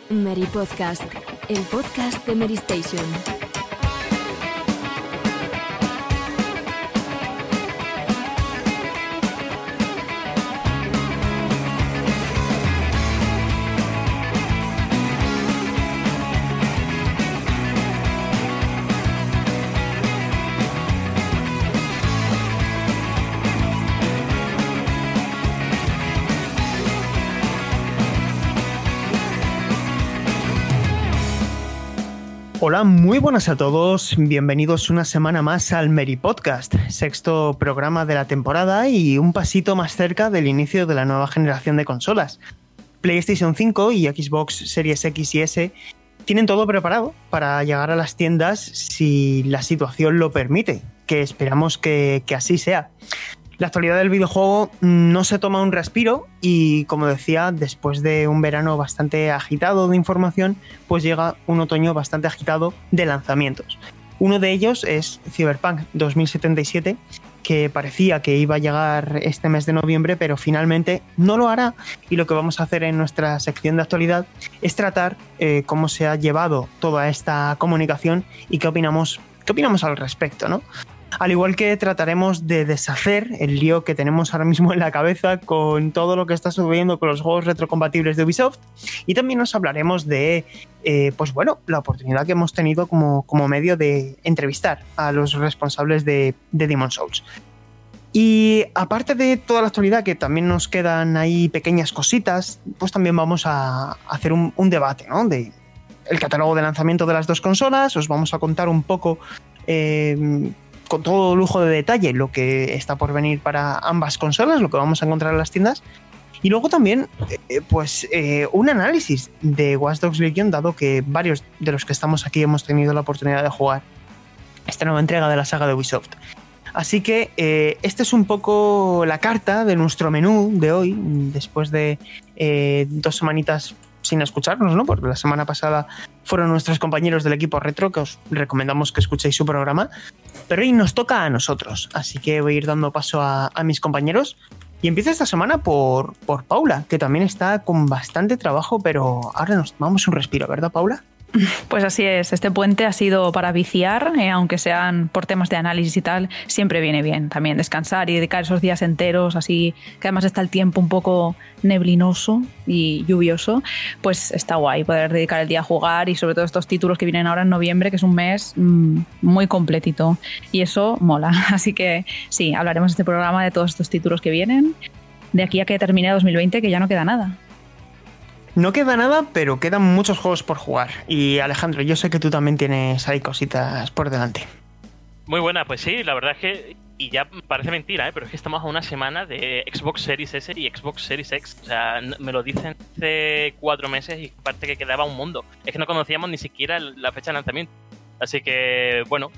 Meri Podcast, el podcast de Meri Station. Hola, muy buenas a todos, bienvenidos una semana más al Meri Podcast, sexto programa de la temporada y un pasito más cerca del inicio de la nueva generación de consolas. PlayStation 5 y Xbox Series X y S tienen todo preparado para llegar a las tiendas si la situación lo permite, que esperamos que así sea. La actualidad del videojuego no se toma un respiro y, como decía, después de un verano bastante agitado de información, pues llega un otoño bastante agitado de lanzamientos. Uno de ellos es Cyberpunk 2077, que parecía que iba a llegar este mes de noviembre, pero finalmente no lo hará, y lo que vamos a hacer en nuestra sección de actualidad es tratar cómo se ha llevado toda esta comunicación y qué opinamos al respecto, ¿no? Al igual que trataremos de deshacer el lío que tenemos ahora mismo en la cabeza con todo lo que está sucediendo con los juegos retrocompatibles de Ubisoft, y también nos hablaremos de la oportunidad que hemos tenido como medio de entrevistar a los responsables de Demon's Souls. Y aparte de toda la actualidad, que también nos quedan ahí pequeñas cositas, pues también vamos a hacer un debate, ¿no? De el catálogo de lanzamiento de las dos consolas. Os vamos a contar un poco con todo lujo de detalle lo que está por venir para ambas consolas, lo que vamos a encontrar en las tiendas, y luego también un análisis de Watch Dogs Legion, dado que varios de los que estamos aquí hemos tenido la oportunidad de jugar esta nueva entrega de la saga de Ubisoft. Así que esta es un poco la carta de nuestro menú de hoy, después de 2 semanitas sin escucharnos, ¿no? Porque la semana pasada fueron nuestros compañeros del equipo retro, que os recomendamos que escuchéis su programa, pero hoy nos toca a nosotros, así que voy a ir dando paso a mis compañeros, y empiezo esta semana por Paula, que también está con bastante trabajo, pero ahora nos tomamos un respiro, ¿verdad, Paula? Pues así es, este puente ha sido para viciar, aunque sean por temas de análisis y tal, siempre viene bien también descansar y dedicar esos días enteros, así que además está el tiempo un poco neblinoso y lluvioso, pues está guay poder dedicar el día a jugar, y sobre todo estos títulos que vienen ahora en noviembre, que es un mes muy completito, y eso mola. Así que sí, hablaremos en este programa de todos estos títulos que vienen de aquí a que termine 2020, que ya no queda nada. No queda nada, pero quedan muchos juegos por jugar. Y Alejandro, yo sé que tú también tienes ahí cositas por delante. Muy buena, pues sí, la verdad es que, y ya parece mentira, pero es que estamos a una semana de Xbox Series S y Xbox Series X. O sea, me lo dicen hace 4 meses y parece que quedaba un mundo. Es que no conocíamos ni siquiera la fecha de lanzamiento. Así que, bueno,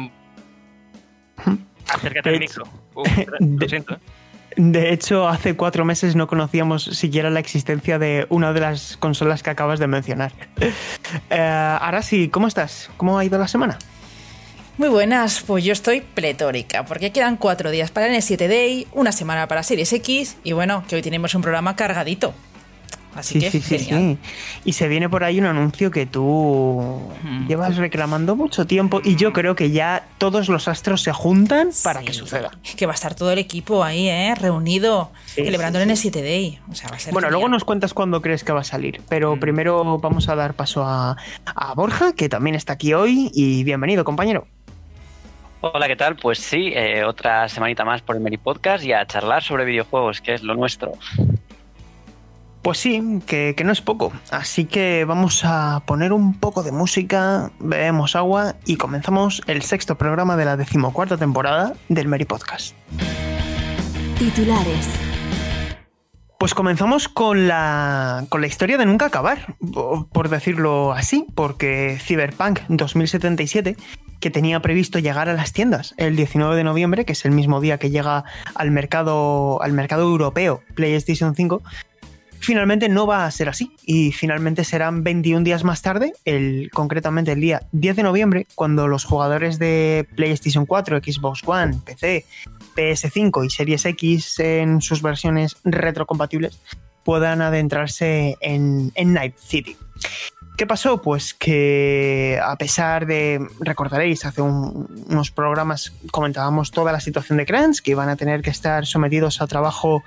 acércate al micro. Lo siento, ¿eh? De hecho, hace 4 meses no conocíamos siquiera la existencia de una de las consolas que acabas de mencionar. Ahora sí, ¿cómo estás? ¿Cómo ha ido la semana? Muy buenas, pues yo estoy pletórica, porque quedan 4 días para el N7 Day, una semana para Series X, y bueno, que hoy tenemos un programa cargadito. Así que genial. Sí. Y se viene por ahí un anuncio que tú llevas reclamando mucho tiempo, y yo creo que ya todos los astros se juntan para que suceda. Que va a estar todo el equipo ahí, reunido, celebrando el N7 Day. O sea, va a ser genial. Luego nos cuentas cuándo crees que va a salir, pero primero vamos a dar paso a Borja, que también está aquí hoy, y bienvenido, compañero. Hola, ¿qué tal? Pues sí, otra semanita más por el Meri Podcast y a charlar sobre videojuegos, que es lo nuestro. Pues sí, que no es poco. Así que vamos a poner un poco de música, bebemos agua y comenzamos el sexto programa de la 14ª temporada del Meri Podcast. Titulares. Pues comenzamos con la historia de nunca acabar, por decirlo así, porque Cyberpunk 2077, que tenía previsto llegar a las tiendas el 19 de noviembre, que es el mismo día que llega al mercado europeo PlayStation 5, finalmente no va a ser así, y finalmente serán 21 días más tarde, concretamente el día 10 de noviembre, cuando los jugadores de PlayStation 4, Xbox One, PC, PS5 y Series X en sus versiones retrocompatibles puedan adentrarse en Night City. ¿Qué pasó? Pues que a pesar de, recordaréis, hace unos programas comentábamos toda la situación de Crunch, que iban a tener que estar sometidos a trabajo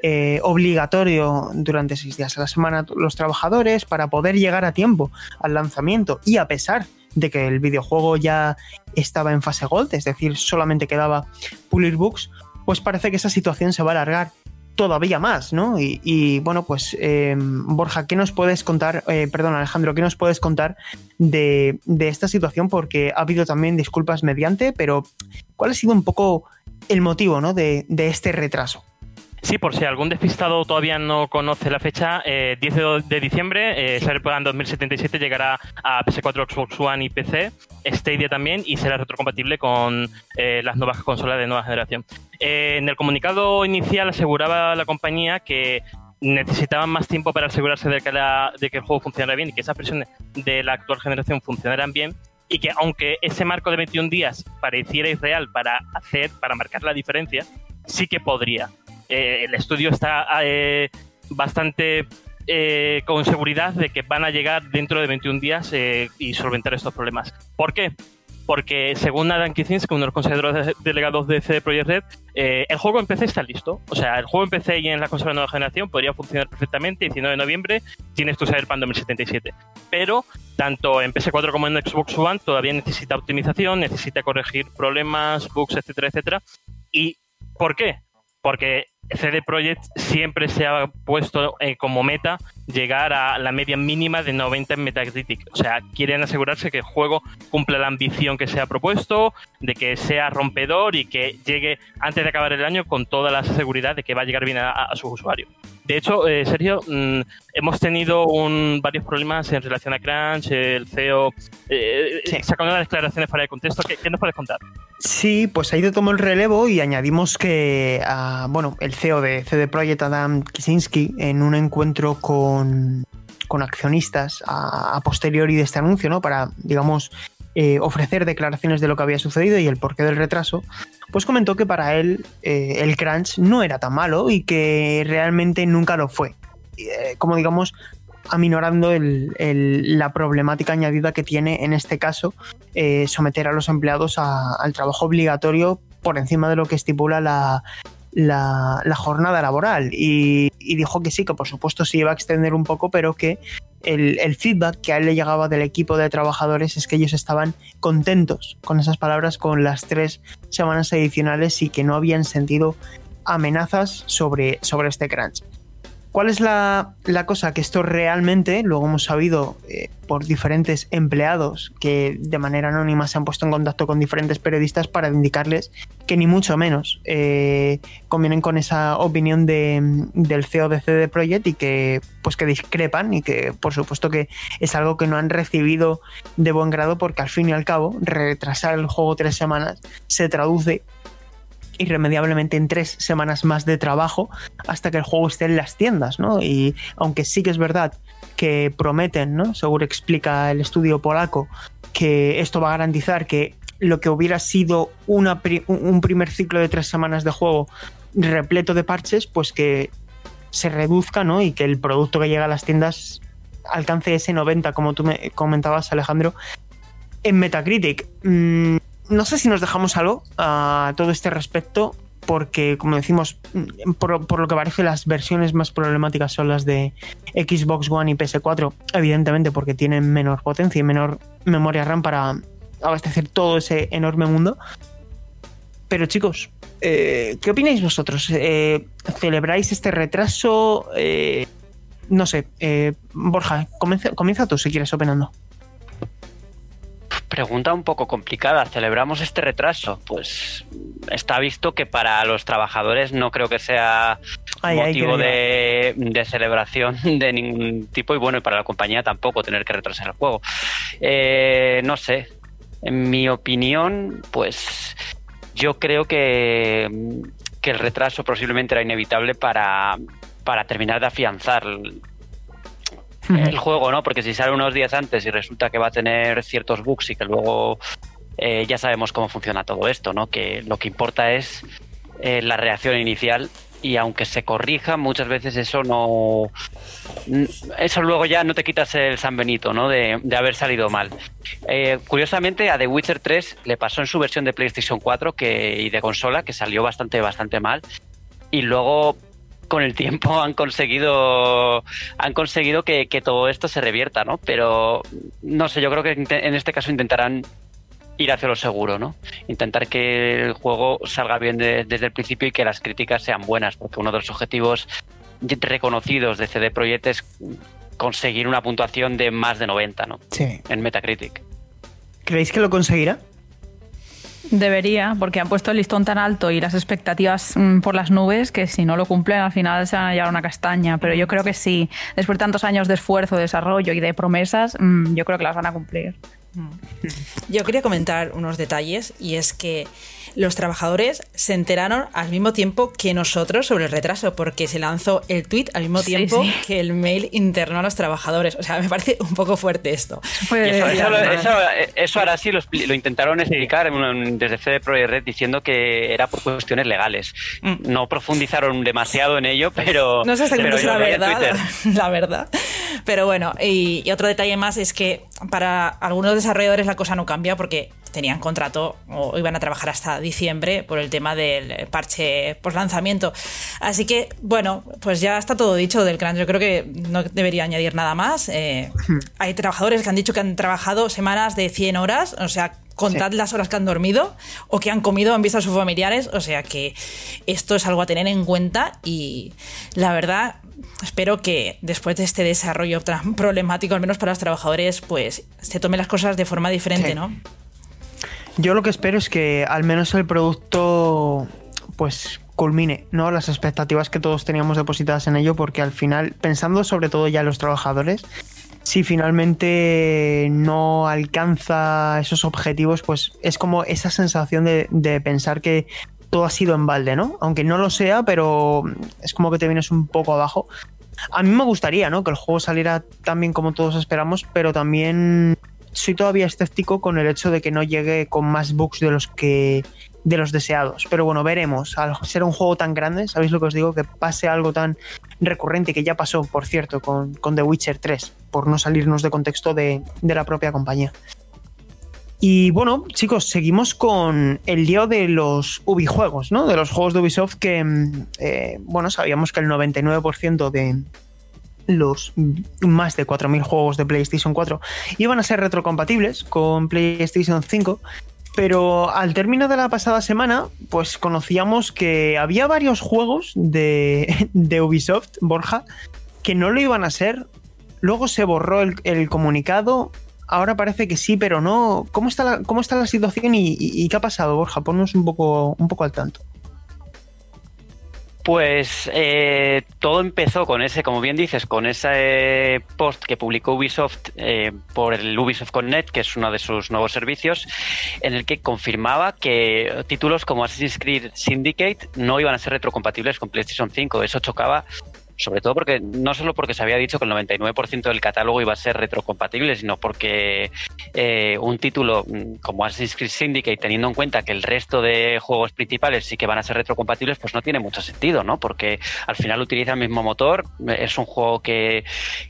obligatorio durante 6 días a la semana los trabajadores para poder llegar a tiempo al lanzamiento, y a pesar de que el videojuego ya estaba en fase Gold, es decir, solamente quedaba pulir bugs, pues parece que esa situación se va a alargar todavía más, ¿no? Y bueno, pues Borja, ¿qué nos puedes contar? Alejandro, ¿qué nos puedes contar de esta situación? Porque ha habido también disculpas mediante, pero ¿cuál ha sido un poco el motivo, ¿no? de este retraso? Sí, por si algún despistado todavía no conoce la fecha, 10 de diciembre, Cyberpunk 2077 llegará a PS4, Xbox One y PC, Stadia también, y será retrocompatible con las nuevas consolas de nueva generación. En el comunicado inicial aseguraba la compañía que necesitaban más tiempo para asegurarse de que el juego funcionara bien y que esas versiones de la actual generación funcionaran bien, y que aunque ese marco de 21 días pareciera irreal para marcar la diferencia, sí que podría. El estudio está bastante con seguridad de que van a llegar dentro de 21 días y solventar estos problemas. ¿Por qué? Porque según Adam Kicinski, uno de los consejeros delegados de CD Projekt Red, el juego en PC está listo. O sea, el juego en PC y en la consola de nueva generación podría funcionar perfectamente. 19 de noviembre tienes tu Cyberpunk 2077. Pero tanto en PS4 como en Xbox One todavía necesita optimización, necesita corregir problemas, bugs, etcétera, etcétera. ¿Y por qué? Porque CD Projekt siempre se ha puesto como meta llegar a la media mínima de 90 en Metacritic. O sea, quieren asegurarse que el juego cumpla la ambición que se ha propuesto, de que sea rompedor y que llegue antes de acabar el año con toda la seguridad de que va a llegar bien a sus usuarios. De hecho, Sergio, hemos tenido varios problemas en relación a Crunch, el CEO sacando las declaraciones fuera de contexto. ¿Qué nos puedes contar? Sí, pues ahí te tomó el relevo y añadimos que el CEO de CD Projekt, Adam Kicinski, en un encuentro con accionistas a posteriori de este anuncio, ¿no? Para, digamos, ofrecer declaraciones de lo que había sucedido y el porqué del retraso, pues comentó que para él el crunch no era tan malo y que realmente nunca lo fue. Como digamos, aminorando la problemática añadida que tiene en este caso someter a los empleados al trabajo obligatorio por encima de lo que estipula la jornada laboral, y dijo que sí, que por supuesto se iba a extender un poco, pero que el feedback que a él le llegaba del equipo de trabajadores es que ellos estaban contentos con esas palabras, con las 3 semanas adicionales, y que no habían sentido amenazas sobre este crunch. ¿Cuál es la cosa? Que esto realmente, luego hemos sabido por diferentes empleados que de manera anónima se han puesto en contacto con diferentes periodistas para indicarles que ni mucho menos convienen con esa opinión del CEO de CD Projekt, y que discrepan, y que por supuesto que es algo que no han recibido de buen grado, porque al fin y al cabo retrasar el juego 3 semanas se traduce irremediablemente en 3 semanas más de trabajo hasta que el juego esté en las tiendas, ¿no? Y aunque sí que es verdad que prometen, ¿no? Seguro explica el estudio polaco, que esto va a garantizar que lo que hubiera sido un primer ciclo de 3 semanas de juego repleto de parches, pues que se reduzca, ¿no? Y que el producto que llega a las tiendas alcance ese 90, como tú me comentabas, Alejandro, en Metacritic. No sé si nos dejamos algo a todo este respecto, porque, como decimos, por lo que parece, las versiones más problemáticas son las de Xbox One y PS4, evidentemente porque tienen menor potencia y menor memoria RAM para abastecer todo ese enorme mundo. Pero, chicos, ¿qué opináis vosotros? ¿Celebráis este retraso? No sé, Borja, comienza tú si quieres opinando. Pregunta un poco complicada. ¿Celebramos este retraso? Pues está visto que para los trabajadores no creo que sea motivo de celebración de ningún tipo, y bueno, y para la compañía tampoco tener que retrasar el juego. No sé. En mi opinión, pues yo creo que el retraso posiblemente era inevitable para terminar de afianzar el juego, ¿no? Porque si sale unos días antes y resulta que va a tener ciertos bugs y que luego ya sabemos cómo funciona todo esto, ¿no? Que lo que importa es la reacción inicial y aunque se corrija, muchas veces eso luego ya no te quitas el San Benito, ¿no? de haber salido mal. Curiosamente a The Witcher 3 le pasó en su versión de PlayStation 4 y de consola, que salió bastante mal, y luego con el tiempo han conseguido que todo esto se revierta, ¿no? Pero no sé, yo creo que en este caso intentarán ir hacia lo seguro, ¿no? Intentar que el juego salga bien desde el principio y que las críticas sean buenas, porque uno de los objetivos reconocidos de CD Projekt es conseguir una puntuación de más de 90, ¿no? Sí. En Metacritic. ¿Creéis que lo conseguirá? Debería, porque han puesto el listón tan alto y las expectativas por las nubes que si no lo cumplen al final se van a llevar una castaña. Pero yo creo que sí, después de tantos años de esfuerzo, de desarrollo y de promesas, yo creo que las van a cumplir. Yo quería comentar unos detalles, y es que los trabajadores se enteraron al mismo tiempo que nosotros sobre el retraso, porque se lanzó el tweet al mismo tiempo que el mail interno a los trabajadores. O sea, me parece un poco fuerte esto. Eso ahora sí lo intentaron explicar desde CD Projekt Red, diciendo que era por cuestiones legales. No profundizaron demasiado en ello, pero no sé hasta qué punto es la verdad. Pero bueno, y otro detalle más es que para algunos desarrolladores la cosa no cambia, porque tenían contrato o iban a trabajar hasta diciembre por el tema del parche post lanzamiento. Así que, bueno, pues ya está todo dicho del crunch. Yo creo que no debería añadir nada más. Hay trabajadores que han dicho que han trabajado semanas de 100 horas, o sea, contad las horas que han dormido o que han comido en vista a sus familiares, o sea que esto es algo a tener en cuenta, y la verdad espero que después de este desarrollo tan problemático, al menos para los trabajadores, pues se tomen las cosas de forma diferente, ¿no? Yo lo que espero es que al menos el producto pues culmine, ¿no? Las expectativas que todos teníamos depositadas en ello, porque al final, pensando sobre todo ya en los trabajadores, si finalmente no alcanza esos objetivos, pues es como esa sensación de pensar que todo ha sido en balde, ¿no? Aunque no lo sea, pero es como que te vienes un poco abajo. A mí me gustaría, ¿no?, que el juego saliera tan bien como todos esperamos, pero también soy todavía escéptico con el hecho de que no llegue con más bugs de los deseados. Pero bueno, veremos. Al ser un juego tan grande, ¿sabéis lo que os digo? Que pase algo tan recurrente, que ya pasó, por cierto, con The Witcher 3, por no salirnos de contexto de la propia compañía. Y bueno, chicos, seguimos con el lío de los Ubijuegos, ¿no? De los juegos de Ubisoft que, bueno, sabíamos que el 99% de los más de 4.000 juegos de PlayStation 4 iban a ser retrocompatibles con PlayStation 5, pero al término de la pasada semana, pues conocíamos que había varios juegos de Ubisoft, Borja, que no lo iban a ser. Luego se borró el comunicado. Ahora parece que sí, pero no. ¿Cómo está la situación y qué ha pasado, Borja? Ponnos un poco al tanto. Pues todo empezó con ese, como bien dices, con ese post que publicó Ubisoft por el Ubisoft Connect, que es uno de sus nuevos servicios, en el que confirmaba que títulos como Assassin's Creed Syndicate no iban a ser retrocompatibles con PlayStation 5. Eso chocaba, sobre todo porque no solo porque se había dicho que el 99% del catálogo iba a ser retrocompatible, sino porque un título como Assassin's Creed Syndicate, teniendo en cuenta que el resto de juegos principales sí que van a ser retrocompatibles, pues no tiene mucho sentido, ¿no? Porque al final utiliza el mismo motor, es un juego que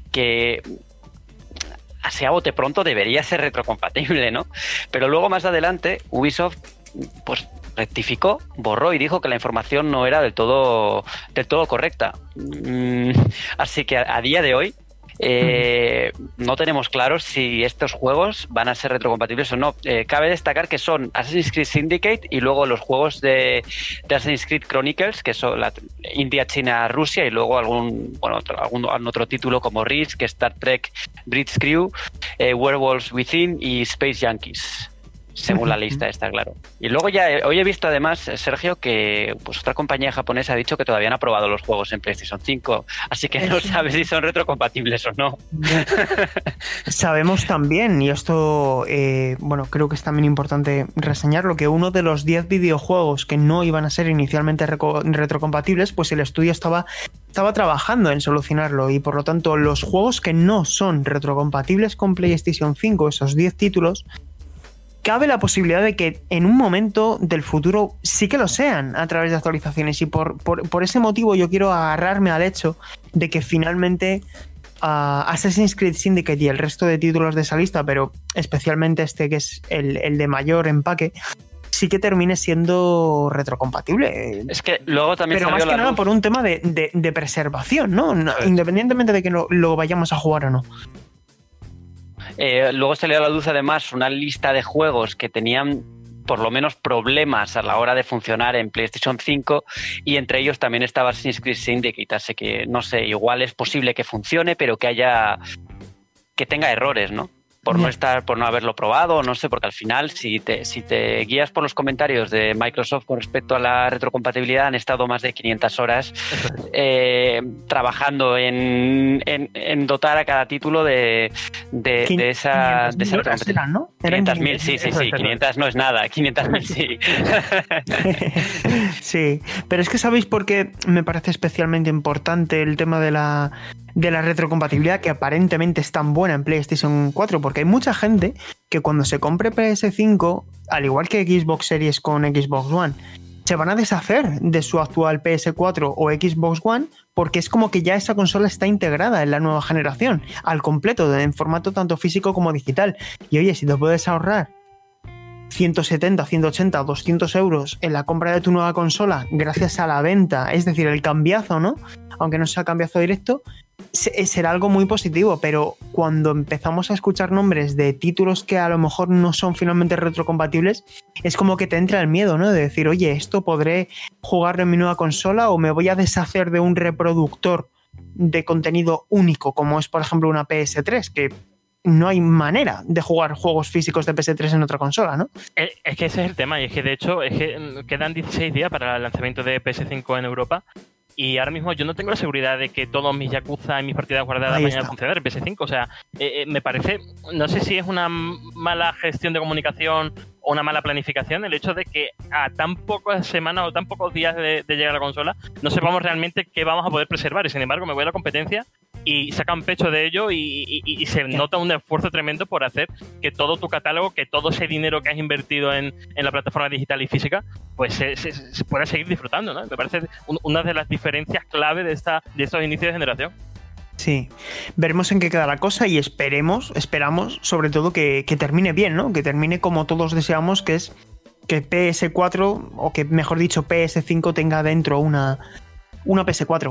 así a bote pronto debería ser retrocompatible, ¿no? Pero luego más adelante Ubisoft pues rectificó, borró y dijo que la información no era del todo correcta. Así que a día de hoy no tenemos claro si estos juegos van a ser retrocompatibles o no. Cabe destacar que son Assassin's Creed Syndicate y luego los juegos de Assassin's Creed Chronicles, que son India, China, Rusia, y luego algún otro título como Risk, Star Trek Bridge Crew, Werewolves Within y Space Yankees, según la lista está claro. Y luego ya hoy he visto además, Sergio, que pues otra compañía japonesa ha dicho que todavía no ha probado los juegos en PlayStation 5, así que no sabes si son retrocompatibles o no. Sabemos también, y esto bueno, creo que es también importante reseñarlo, que uno de los 10 videojuegos que no iban a ser inicialmente retrocompatibles, pues el estudio estaba trabajando en solucionarlo, y por lo tanto los juegos que no son retrocompatibles con PlayStation 5, esos 10 títulos, cabe la posibilidad de que en un momento del futuro sí que lo sean a través de actualizaciones, y por ese motivo yo quiero agarrarme al hecho de que finalmente Assassin's Creed Syndicate y el resto de títulos de esa lista, pero especialmente este que es el de mayor empaque, sí que termine siendo retrocompatible. Es que luego también... Pero más que nada por un tema de preservación, ¿no? Independientemente de que lo vayamos a jugar o no. Luego salió a la luz además una lista de juegos que tenían por lo menos problemas a la hora de funcionar en PlayStation 5, y entre ellos también estaba Assassin's Creed Syndicate, así que no sé, igual es posible que funcione, pero que tenga errores, ¿no? Por no haberlo probado, no sé, porque al final si te guías por los comentarios de Microsoft con respecto a la retrocompatibilidad, han estado más de 500 horas trabajando en dotar a cada título de esa retrocompatibilidad, ¿no? 500.000, sí, 500 no es nada, 500.000 sí. Sí, pero es que ¿sabéis por qué me parece especialmente importante el tema de la retrocompatibilidad, que aparentemente es tan buena en PlayStation 4? Porque hay mucha gente que cuando se compre PS5, al igual que Xbox Series con Xbox One, se van a deshacer de su actual PS4 o Xbox One, porque es como que ya esa consola está integrada en la nueva generación al completo, en formato tanto físico como digital. Y oye, si te puedes ahorrar 170, 180, 200 euros en la compra de tu nueva consola gracias a la venta, es decir, el cambiazo, ¿no? Aunque no sea cambiazo directo, será algo muy positivo. Pero cuando empezamos a escuchar nombres de títulos que a lo mejor no son finalmente retrocompatibles, es como que te entra el miedo, ¿no? De decir, oye, ¿esto podré jugarlo en mi nueva consola o me voy a deshacer de un reproductor de contenido único, como es por ejemplo una PS3, que no hay manera de jugar juegos físicos de PS3 en otra consola, ¿no? Es que ese es el tema, y es que de hecho quedan 16 días para el lanzamiento de PS5 en Europa, y ahora mismo yo no tengo la seguridad de que todos mis Yakuza y mis partidas guardadas vayan a funcionar en PS5. O sea, me parece, no sé si es una mala gestión de comunicación o una mala planificación el hecho de que a tan pocas semanas o tan pocos días de llegar a la consola no sepamos realmente qué vamos a poder preservar, y sin embargo me voy a la competencia y sacan pecho de ello y se nota un esfuerzo tremendo por hacer que todo tu catálogo, que todo ese dinero que has invertido en la plataforma digital y física, pues se pueda seguir disfrutando, ¿no? Me parece una de las diferencias clave de estos inicios de generación. Sí, veremos en qué queda la cosa y esperamos sobre todo que termine bien, ¿no? Que termine como todos deseamos, que es que PS4, o que mejor dicho PS5 tenga dentro una PS4.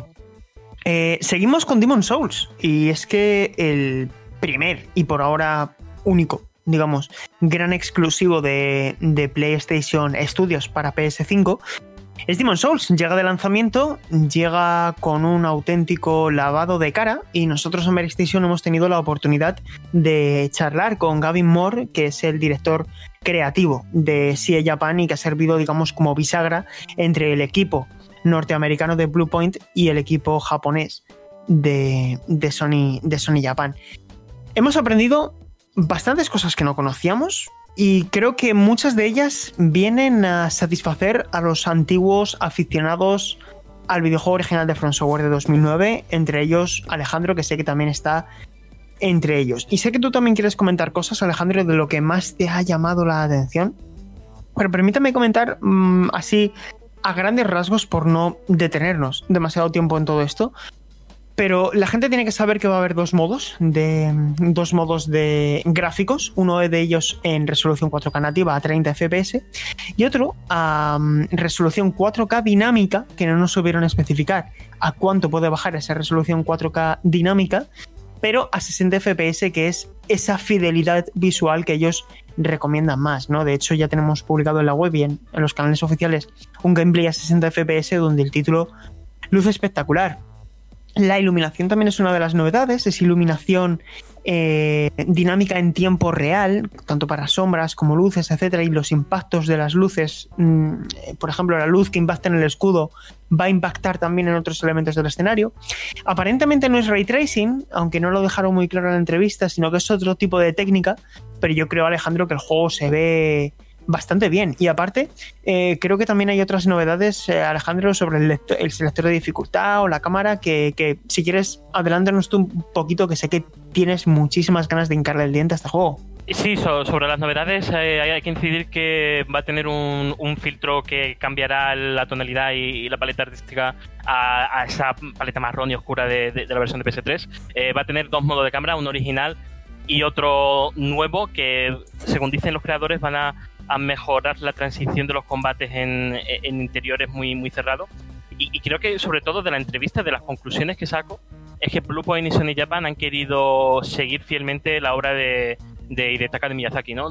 Seguimos con Demon's Souls, y es que el primer y por ahora único, digamos, gran exclusivo de PlayStation Studios para PS5 es Demon's Souls. Llega de lanzamiento, llega con un auténtico lavado de cara, y nosotros en PlayStation hemos tenido la oportunidad de charlar con Gavin Moore, que es el director creativo de CA Japan y que ha servido, digamos, como bisagra entre el equipo norteamericano de Bluepoint y el equipo japonés de Sony Japan. Hemos aprendido bastantes cosas que no conocíamos, y creo que muchas de ellas vienen a satisfacer a los antiguos aficionados al videojuego original de From Software de 2009, entre ellos Alejandro, que sé que también está entre ellos. Y sé que tú también quieres comentar cosas, Alejandro, de lo que más te ha llamado la atención, pero permítame comentar así a grandes rasgos, por no detenernos demasiado tiempo en todo esto. Pero la gente tiene que saber que va a haber dos modos de gráficos. Uno de ellos en resolución 4K nativa a 30 FPS y otro a resolución 4K dinámica, que no nos supieron especificar a cuánto puede bajar esa resolución 4K dinámica, pero a 60 FPS, que es esa fidelidad visual que ellos recomiendan más, ¿no? De hecho, ya tenemos publicado en la web y en los canales oficiales un gameplay a 60 FPS donde el título luce espectacular. La iluminación también es una de las novedades, es iluminación dinámica en tiempo real, tanto para sombras como luces, etcétera, y los impactos de las luces, por ejemplo, la luz que impacta en el escudo va a impactar también en otros elementos del escenario. Aparentemente no es ray tracing, aunque no lo dejaron muy claro en la entrevista, sino que es otro tipo de técnica, pero yo creo, Alejandro, que el juego se ve bastante bien. Y aparte, creo que también hay otras novedades, Alejandro, sobre el selector de dificultad o la cámara, que si quieres, adelántanos tú un poquito, que sé que tienes muchísimas ganas de hincarle el diente a este juego. Sí, sobre las novedades hay que incidir que va a tener un filtro que cambiará la tonalidad y la paleta artística a esa paleta marrón y oscura de la versión de PS3. Va a tener 2 modos de cámara, uno original y otro nuevo que, según dicen los creadores, van a mejorar la transición de los combates en interiores muy, muy cerrados. Y creo que, sobre todo, de la entrevista, de las conclusiones que saco, es que Bluepoint y Sony Japan han querido seguir fielmente la obra de Hidetaka de Miyazaki, ¿no?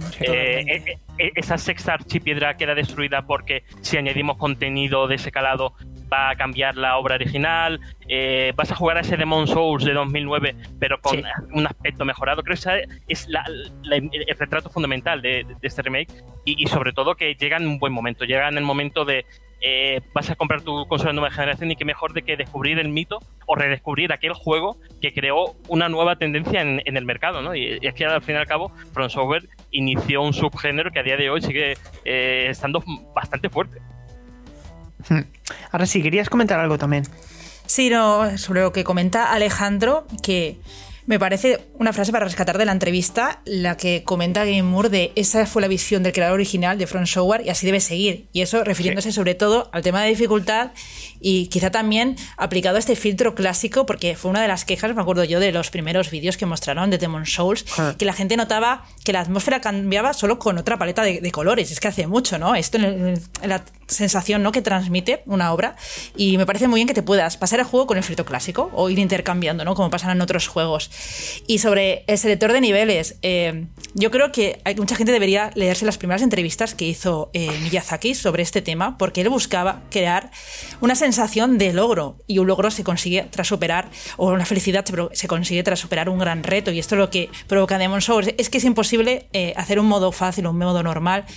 Esa sexta archipiedra queda destruida porque si añadimos contenido de ese calado va a cambiar la obra original. Vas a jugar a ese Demon's Souls de 2009 pero con un aspecto mejorado. Creo que ese es el retrato fundamental de este remake y sobre todo que llega en un buen momento, llega en el momento de vas a comprar tu consola de nueva generación y qué mejor de que descubrir el mito o redescubrir aquel juego que creó una nueva tendencia en el mercado, ¿no? Y es que al fin y al cabo From Software inició un subgénero que a día de hoy sigue estando bastante fuerte. Ahora sí, querías comentar algo también. Sí, no, sobre lo que comenta Alejandro, que me parece una frase para rescatar de la entrevista, la que comenta Game Moore de esa fue la visión del creador original de From Software y así debe seguir. Y eso refiriéndose sobre todo al tema de dificultad y quizá también aplicado a este filtro clásico, porque fue una de las quejas, me acuerdo yo, de los primeros vídeos que mostraron de Demon's Souls, que la gente notaba que la atmósfera cambiaba solo con otra paleta de colores. Es que hace mucho, ¿no? Esto en la sensación, ¿no?, que transmite una obra, y me parece muy bien que te puedas pasar el juego con el filtro clásico o ir intercambiando, ¿no?, como pasan en otros juegos. Y sobre el selector de niveles, yo creo que mucha gente debería leerse las primeras entrevistas que hizo Miyazaki sobre este tema, porque él buscaba crear una sensación de logro, y un logro se consigue tras superar, o una felicidad se consigue tras superar un gran reto, y esto es lo que provoca Demon's Souls. Es que es imposible hacer un modo fácil o un modo normal,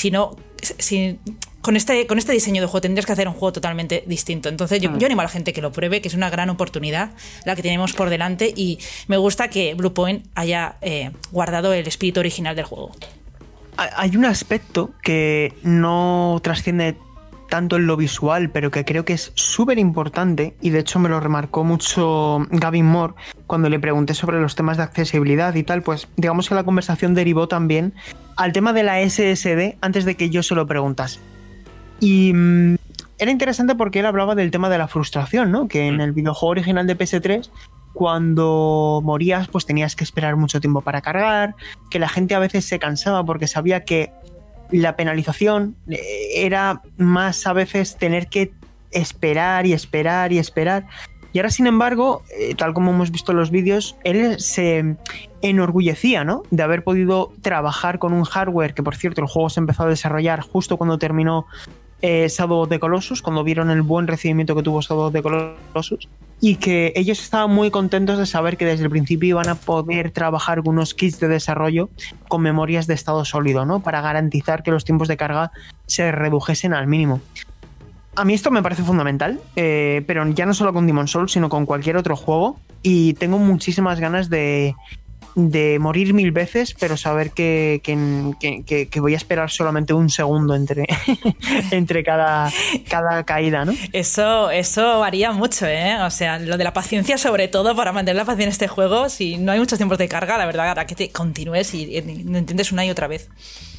con este diseño de juego tendrías que hacer un juego totalmente distinto. Entonces yo animo a la gente que lo pruebe, que es una gran oportunidad la que tenemos por delante, y me gusta que Bluepoint haya guardado el espíritu original del juego. Hay un aspecto que no trasciende tanto en lo visual, pero que creo que es súper importante, y de hecho me lo remarcó mucho Gavin Moore cuando le pregunté sobre los temas de accesibilidad y tal. Pues digamos que la conversación derivó también al tema de la SSD antes de que yo se lo preguntase. Y era interesante porque él hablaba del tema de la frustración, ¿no? Que en el videojuego original de PS3, cuando morías, pues tenías que esperar mucho tiempo para cargar, que la gente a veces se cansaba porque sabía que la penalización era más a veces tener que esperar y esperar y esperar. Y ahora, sin embargo, tal como hemos visto en los vídeos, él se enorgullecía, ¿no?, de haber podido trabajar con un hardware que, por cierto, el juego se empezó a desarrollar justo cuando terminó Shadow of the Colossus, cuando vieron el buen recibimiento que tuvo Shadow of the Colossus, y que ellos estaban muy contentos de saber que desde el principio iban a poder trabajar con unos kits de desarrollo con memorias de estado sólido, ¿no?, para garantizar que los tiempos de carga se redujesen al mínimo. A mí esto me parece fundamental, pero ya no solo con Demon's Souls, sino con cualquier otro juego, y tengo muchísimas ganas de morir 1000 veces, pero saber que voy a esperar solamente un segundo entre cada caída, ¿no? Eso varía mucho, ¿eh? O sea, lo de la paciencia, sobre todo, para mantener la paciencia en este juego, si no hay muchos tiempos de carga, la verdad, hará que te continúes y no entiendes una y otra vez.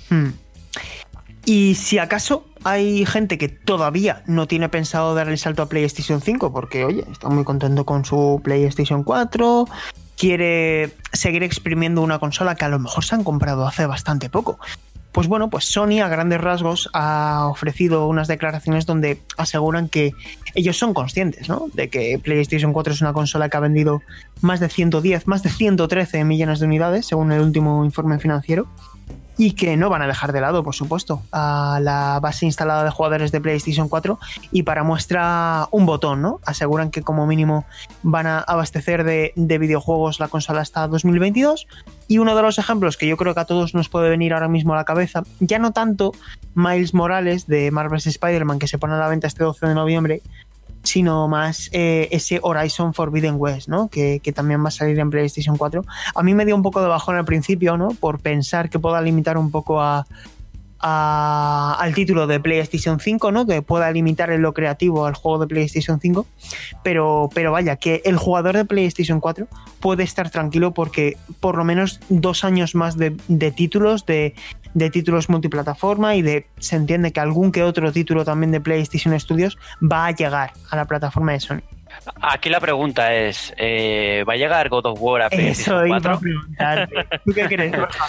Y si acaso hay gente que todavía no tiene pensado dar el salto a PlayStation 5, porque, oye, está muy contento con su PlayStation 4, quiere seguir exprimiendo una consola que a lo mejor se han comprado hace bastante poco, pues bueno, pues Sony a grandes rasgos ha ofrecido unas declaraciones donde aseguran que ellos son conscientes, ¿no?, de que PlayStation 4 es una consola que ha vendido más de 113 millones de unidades, según el último informe financiero, y que no van a dejar de lado, por supuesto, a la base instalada de jugadores de PlayStation 4, y para muestra un botón, ¿no? Aseguran que como mínimo van a abastecer de videojuegos la consola hasta 2022, y uno de los ejemplos que yo creo que a todos nos puede venir ahora mismo a la cabeza, ya no tanto Miles Morales de Marvel's Spider-Man, que se pone a la venta este 12 de noviembre, sino más ese Horizon Forbidden West, ¿no?, que también va a salir en PlayStation 4. A mí me dio un poco de bajón al principio, ¿no?, por pensar que pueda limitar un poco a al título de PlayStation 5, ¿no? Que pueda limitar en lo creativo al juego de PlayStation 5, pero vaya, que el jugador de PlayStation 4 puede estar tranquilo porque por lo menos 2 años más de títulos, de títulos multiplataforma y se entiende que algún que otro título también de PlayStation Studios va a llegar a la plataforma de Sony. Aquí la pregunta es, ¿va a llegar God of War a PlayStation 4? Eso iba a preguntarte. ¿Tú qué crees, Borja?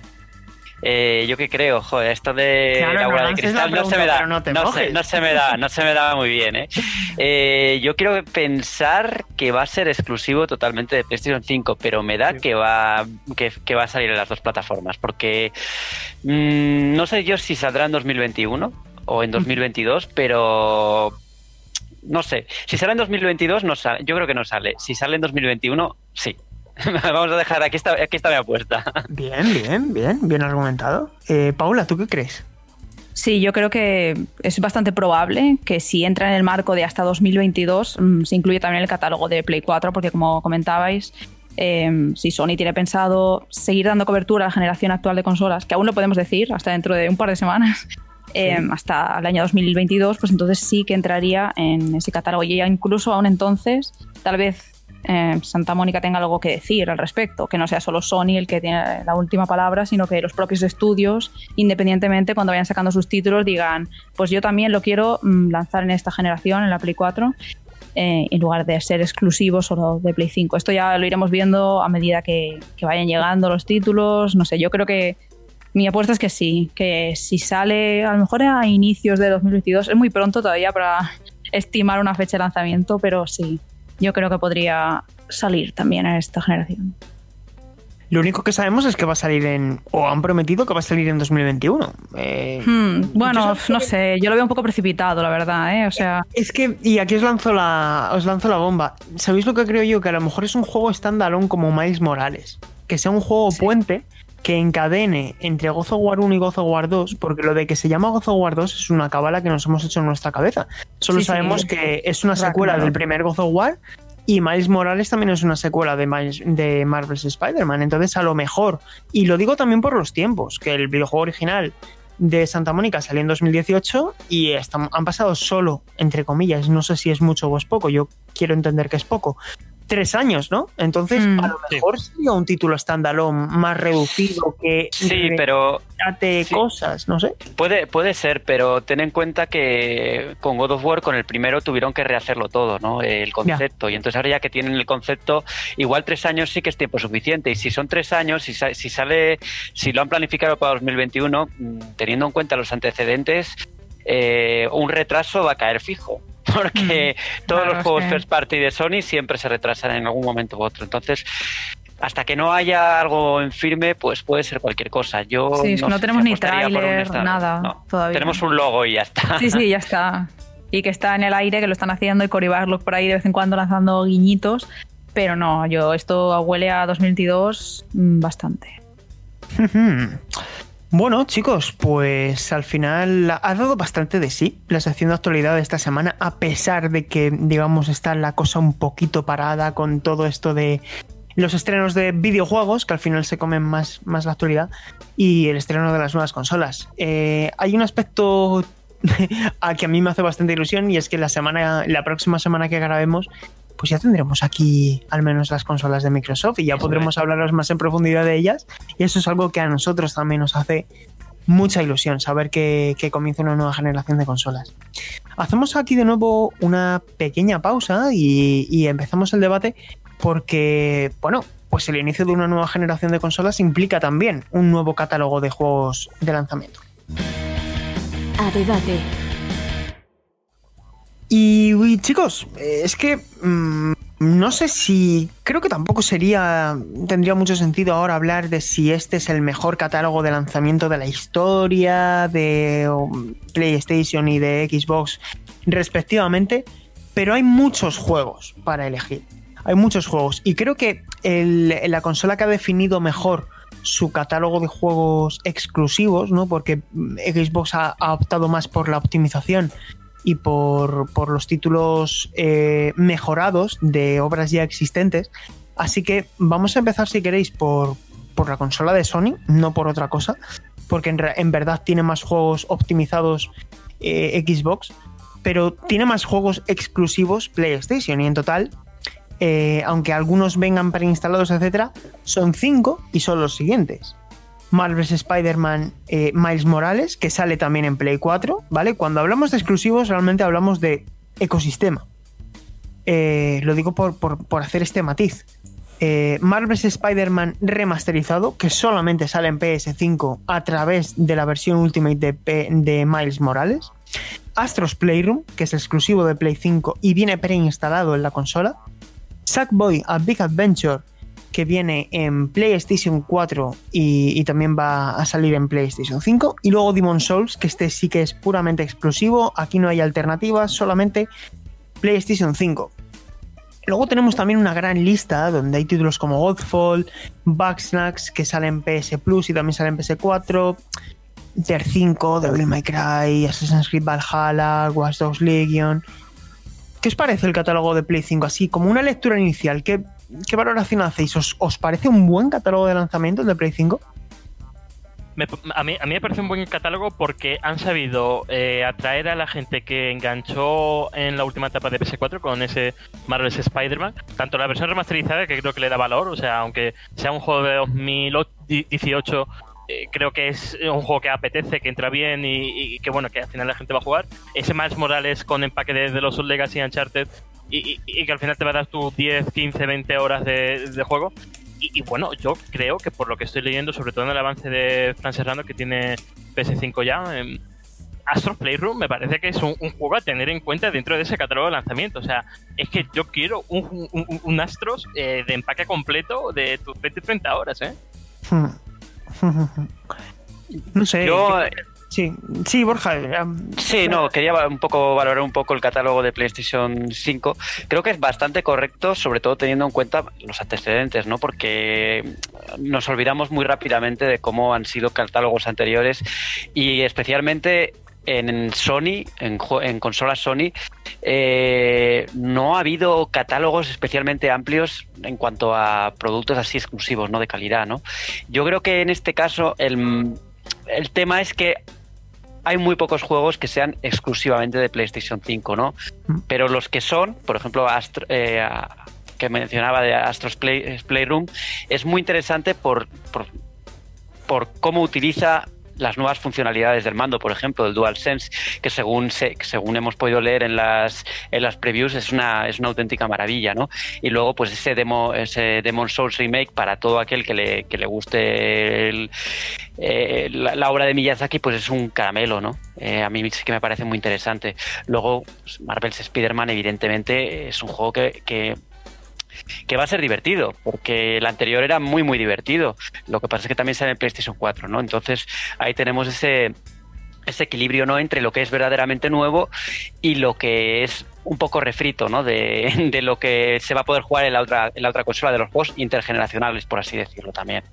Yo qué creo, joder, esto de la bola de cristal no se me da, no se me da muy bien, yo quiero pensar que va a ser exclusivo totalmente de PlayStation 5, pero me da que va a salir en las dos plataformas, porque no sé yo si saldrá en 2021 o en 2022, pero no sé, si sale en 2022 no sale, yo creo que no sale, si sale en 2021 sí. Vamos a dejar, aquí está mi apuesta. Bien argumentado. Paula, ¿tú qué crees? Sí, yo creo que es bastante probable que si entra en el marco de hasta 2022 se incluye también el catálogo de Play 4, porque como comentabais, si Sony tiene pensado seguir dando cobertura a la generación actual de consolas, que aún lo podemos decir hasta dentro de un par de semanas, hasta el año 2022, pues entonces sí que entraría en ese catálogo. Y incluso aún entonces, tal vez Santa Mónica tenga algo que decir al respecto, que no sea solo Sony el que tiene la última palabra, sino que los propios estudios, independientemente, cuando vayan sacando sus títulos, digan, pues yo también lo quiero lanzar en esta generación, en la Play 4, en lugar de ser exclusivo solo de Play 5. Esto ya lo iremos viendo a medida que vayan llegando los títulos. No sé, yo creo que mi apuesta es que sí, que si sale a lo mejor a inicios de 2022, es muy pronto todavía para estimar una fecha de lanzamiento, pero sí, yo creo que podría salir también en esta generación. Lo único que sabemos es que va a salir o han prometido que va a salir en 2021. Bueno, no sé, yo lo veo un poco precipitado, la verdad, O sea... Es que, y aquí os lanzo la bomba. ¿Sabéis lo que creo yo? Que a lo mejor es un juego standalone como Miles Morales. Que sea un juego puente que encadene entre God of War 1 y God of War 2, porque lo de que se llama God of War 2 es una cábala que nos hemos hecho en nuestra cabeza. Solo sabemos que es una secuela del primer God of War, y Miles Morales también es una secuela de Marvel's Spider-Man. Entonces, a lo mejor, y lo digo también por los tiempos, que el videojuego original de Santa Mónica salió en 2018 y han pasado solo, entre comillas, no sé si es mucho o es poco, yo quiero entender que es poco, 3 años, ¿no? Entonces, a lo mejor sería un título standalone más reducido que pero cosas, no sé. Puede ser, pero ten en cuenta que con God of War, con el primero, tuvieron que rehacerlo todo, ¿no? El concepto. Y entonces ahora ya que tienen el concepto, igual 3 años sí que es tiempo suficiente. Y si son 3 años, si lo han planificado para 2021, teniendo en cuenta los antecedentes, un retraso va a caer fijo. Porque todos los juegos first party de Sony siempre se retrasan en algún momento u otro. Entonces, hasta que no haya algo en firme, pues puede ser cualquier cosa. No tenemos ni tráiler, nada todavía. Tenemos un logo y ya está. Sí, ya está. Y que está en el aire, que lo están haciendo, y Cory Barlog por ahí de vez en cuando lanzando guiñitos. Pero no, esto huele a 2022 bastante. Bueno, chicos, pues al final ha dado bastante de sí la sección de actualidad de esta semana, a pesar de que, digamos, está la cosa un poquito parada con todo esto de los estrenos de videojuegos, que al final se comen más la actualidad, y el estreno de las nuevas consolas. Hay un aspecto a que a mí me hace bastante ilusión, y es que la próxima semana que grabemos, pues ya tendremos aquí al menos las consolas de Microsoft y ya podremos hablaros más en profundidad de ellas, y eso es algo que a nosotros también nos hace mucha ilusión, saber que comienza una nueva generación de consolas. Hacemos aquí de nuevo una pequeña pausa y empezamos el debate porque, bueno, pues el inicio de una nueva generación de consolas implica también un nuevo catálogo de juegos de lanzamiento. A debate. Y chicos, es que no sé si... Creo que tampoco tendría mucho sentido ahora hablar de si este es el mejor catálogo de lanzamiento de la historia de PlayStation y de Xbox respectivamente, pero hay muchos juegos para elegir. Hay muchos juegos y creo que la consola que ha definido mejor su catálogo de juegos exclusivos, ¿no? Porque Xbox ha optado más por la optimización y por los títulos mejorados de obras ya existentes. Así que vamos a empezar, si queréis, por la consola de Sony, no por otra cosa, porque en verdad tiene más juegos optimizados Xbox, pero tiene más juegos exclusivos PlayStation, y en total, aunque algunos vengan preinstalados, etcétera, son 5 y son los siguientes: Marvel's Spider-Man Miles Morales, que sale también en Play 4, ¿vale? Cuando hablamos de exclusivos, realmente hablamos de ecosistema. Lo digo por hacer este matiz. Marvel's Spider-Man remasterizado, que solamente sale en PS5 a través de la versión Ultimate de Miles Morales. Astro's Playroom, que es exclusivo de Play 5 y viene preinstalado en la consola. Sackboy: A Big Adventure, que viene en PlayStation 4 y también va a salir en PlayStation 5. Y luego Demon's Souls, que este sí que es puramente exclusivo, aquí no hay alternativas, solamente PlayStation 5. Luego tenemos también una gran lista donde hay títulos como Godfall, Bugsnax, que sale en PS Plus y también sale en PS4, Tier 5, Devil May Cry, Assassin's Creed Valhalla, Watch Dogs Legion. ¿Qué os parece el catálogo de Play 5? Así como una lectura inicial, ¿qué valoración hacéis? ¿Os parece un buen catálogo de lanzamientos de Play 5? A mí me parece un buen catálogo porque han sabido atraer a la gente que enganchó en la última etapa de PS4 con ese Marvel's Spider-Man, tanto la versión remasterizada, que creo que le da valor, o sea, aunque sea un juego de 2018, creo que es un juego que apetece, que entra bien y que bueno, que al final la gente va a jugar. Ese Miles Morales con empaque de los Legacy y Uncharted y que al final te va a dar tus 10, 15, 20 horas de juego. Y bueno, yo creo que por lo que estoy leyendo, sobre todo en el avance de Fran Serrano, que tiene PS5 ya, Astro's Playroom me parece que es un juego a tener en cuenta dentro de ese catálogo de lanzamiento. O sea, es que yo quiero un Astros de empaque completo de tus 20-30 horas, ¿eh? No sé. Sí, Borja. Sí, no, quería un poco valorar un poco el catálogo de PlayStation 5. Creo que es bastante correcto, sobre todo teniendo en cuenta los antecedentes, ¿no? Porque nos olvidamos muy rápidamente de cómo han sido catálogos anteriores y especialmente en Sony, en consolas Sony, no ha habido catálogos especialmente amplios en cuanto a productos así exclusivos, ¿no? De calidad, ¿no? Yo creo que en este caso el tema es que hay muy pocos juegos que sean exclusivamente de PlayStation 5, ¿no? Pero los que son, por ejemplo, que mencionaba de Astro's Playroom, es muy interesante por cómo utiliza las nuevas funcionalidades del mando, por ejemplo, el DualSense, que según hemos podido leer en las previews es una auténtica maravilla, ¿no? Y luego pues ese Demon's Souls Remake, para todo aquel que le guste la obra de Miyazaki, pues es un caramelo, ¿no? A mí sí que me parece muy interesante. Luego pues, Marvel's Spider-Man evidentemente es un juego que va a ser divertido, porque el anterior era muy muy divertido. Lo que pasa es que también sale en PlayStation 4, ¿no? Entonces ahí tenemos ese equilibrio, ¿no? Entre lo que es verdaderamente nuevo y lo que es un poco refrito, ¿no? De lo que se va a poder jugar en la otra consola, de los juegos intergeneracionales, por así decirlo también.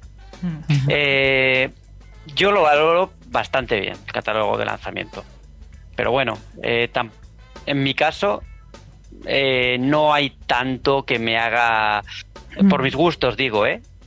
Yo lo valoro bastante bien, el catálogo de lanzamiento. Pero bueno, en mi caso no hay tanto que me haga, por mis gustos digo,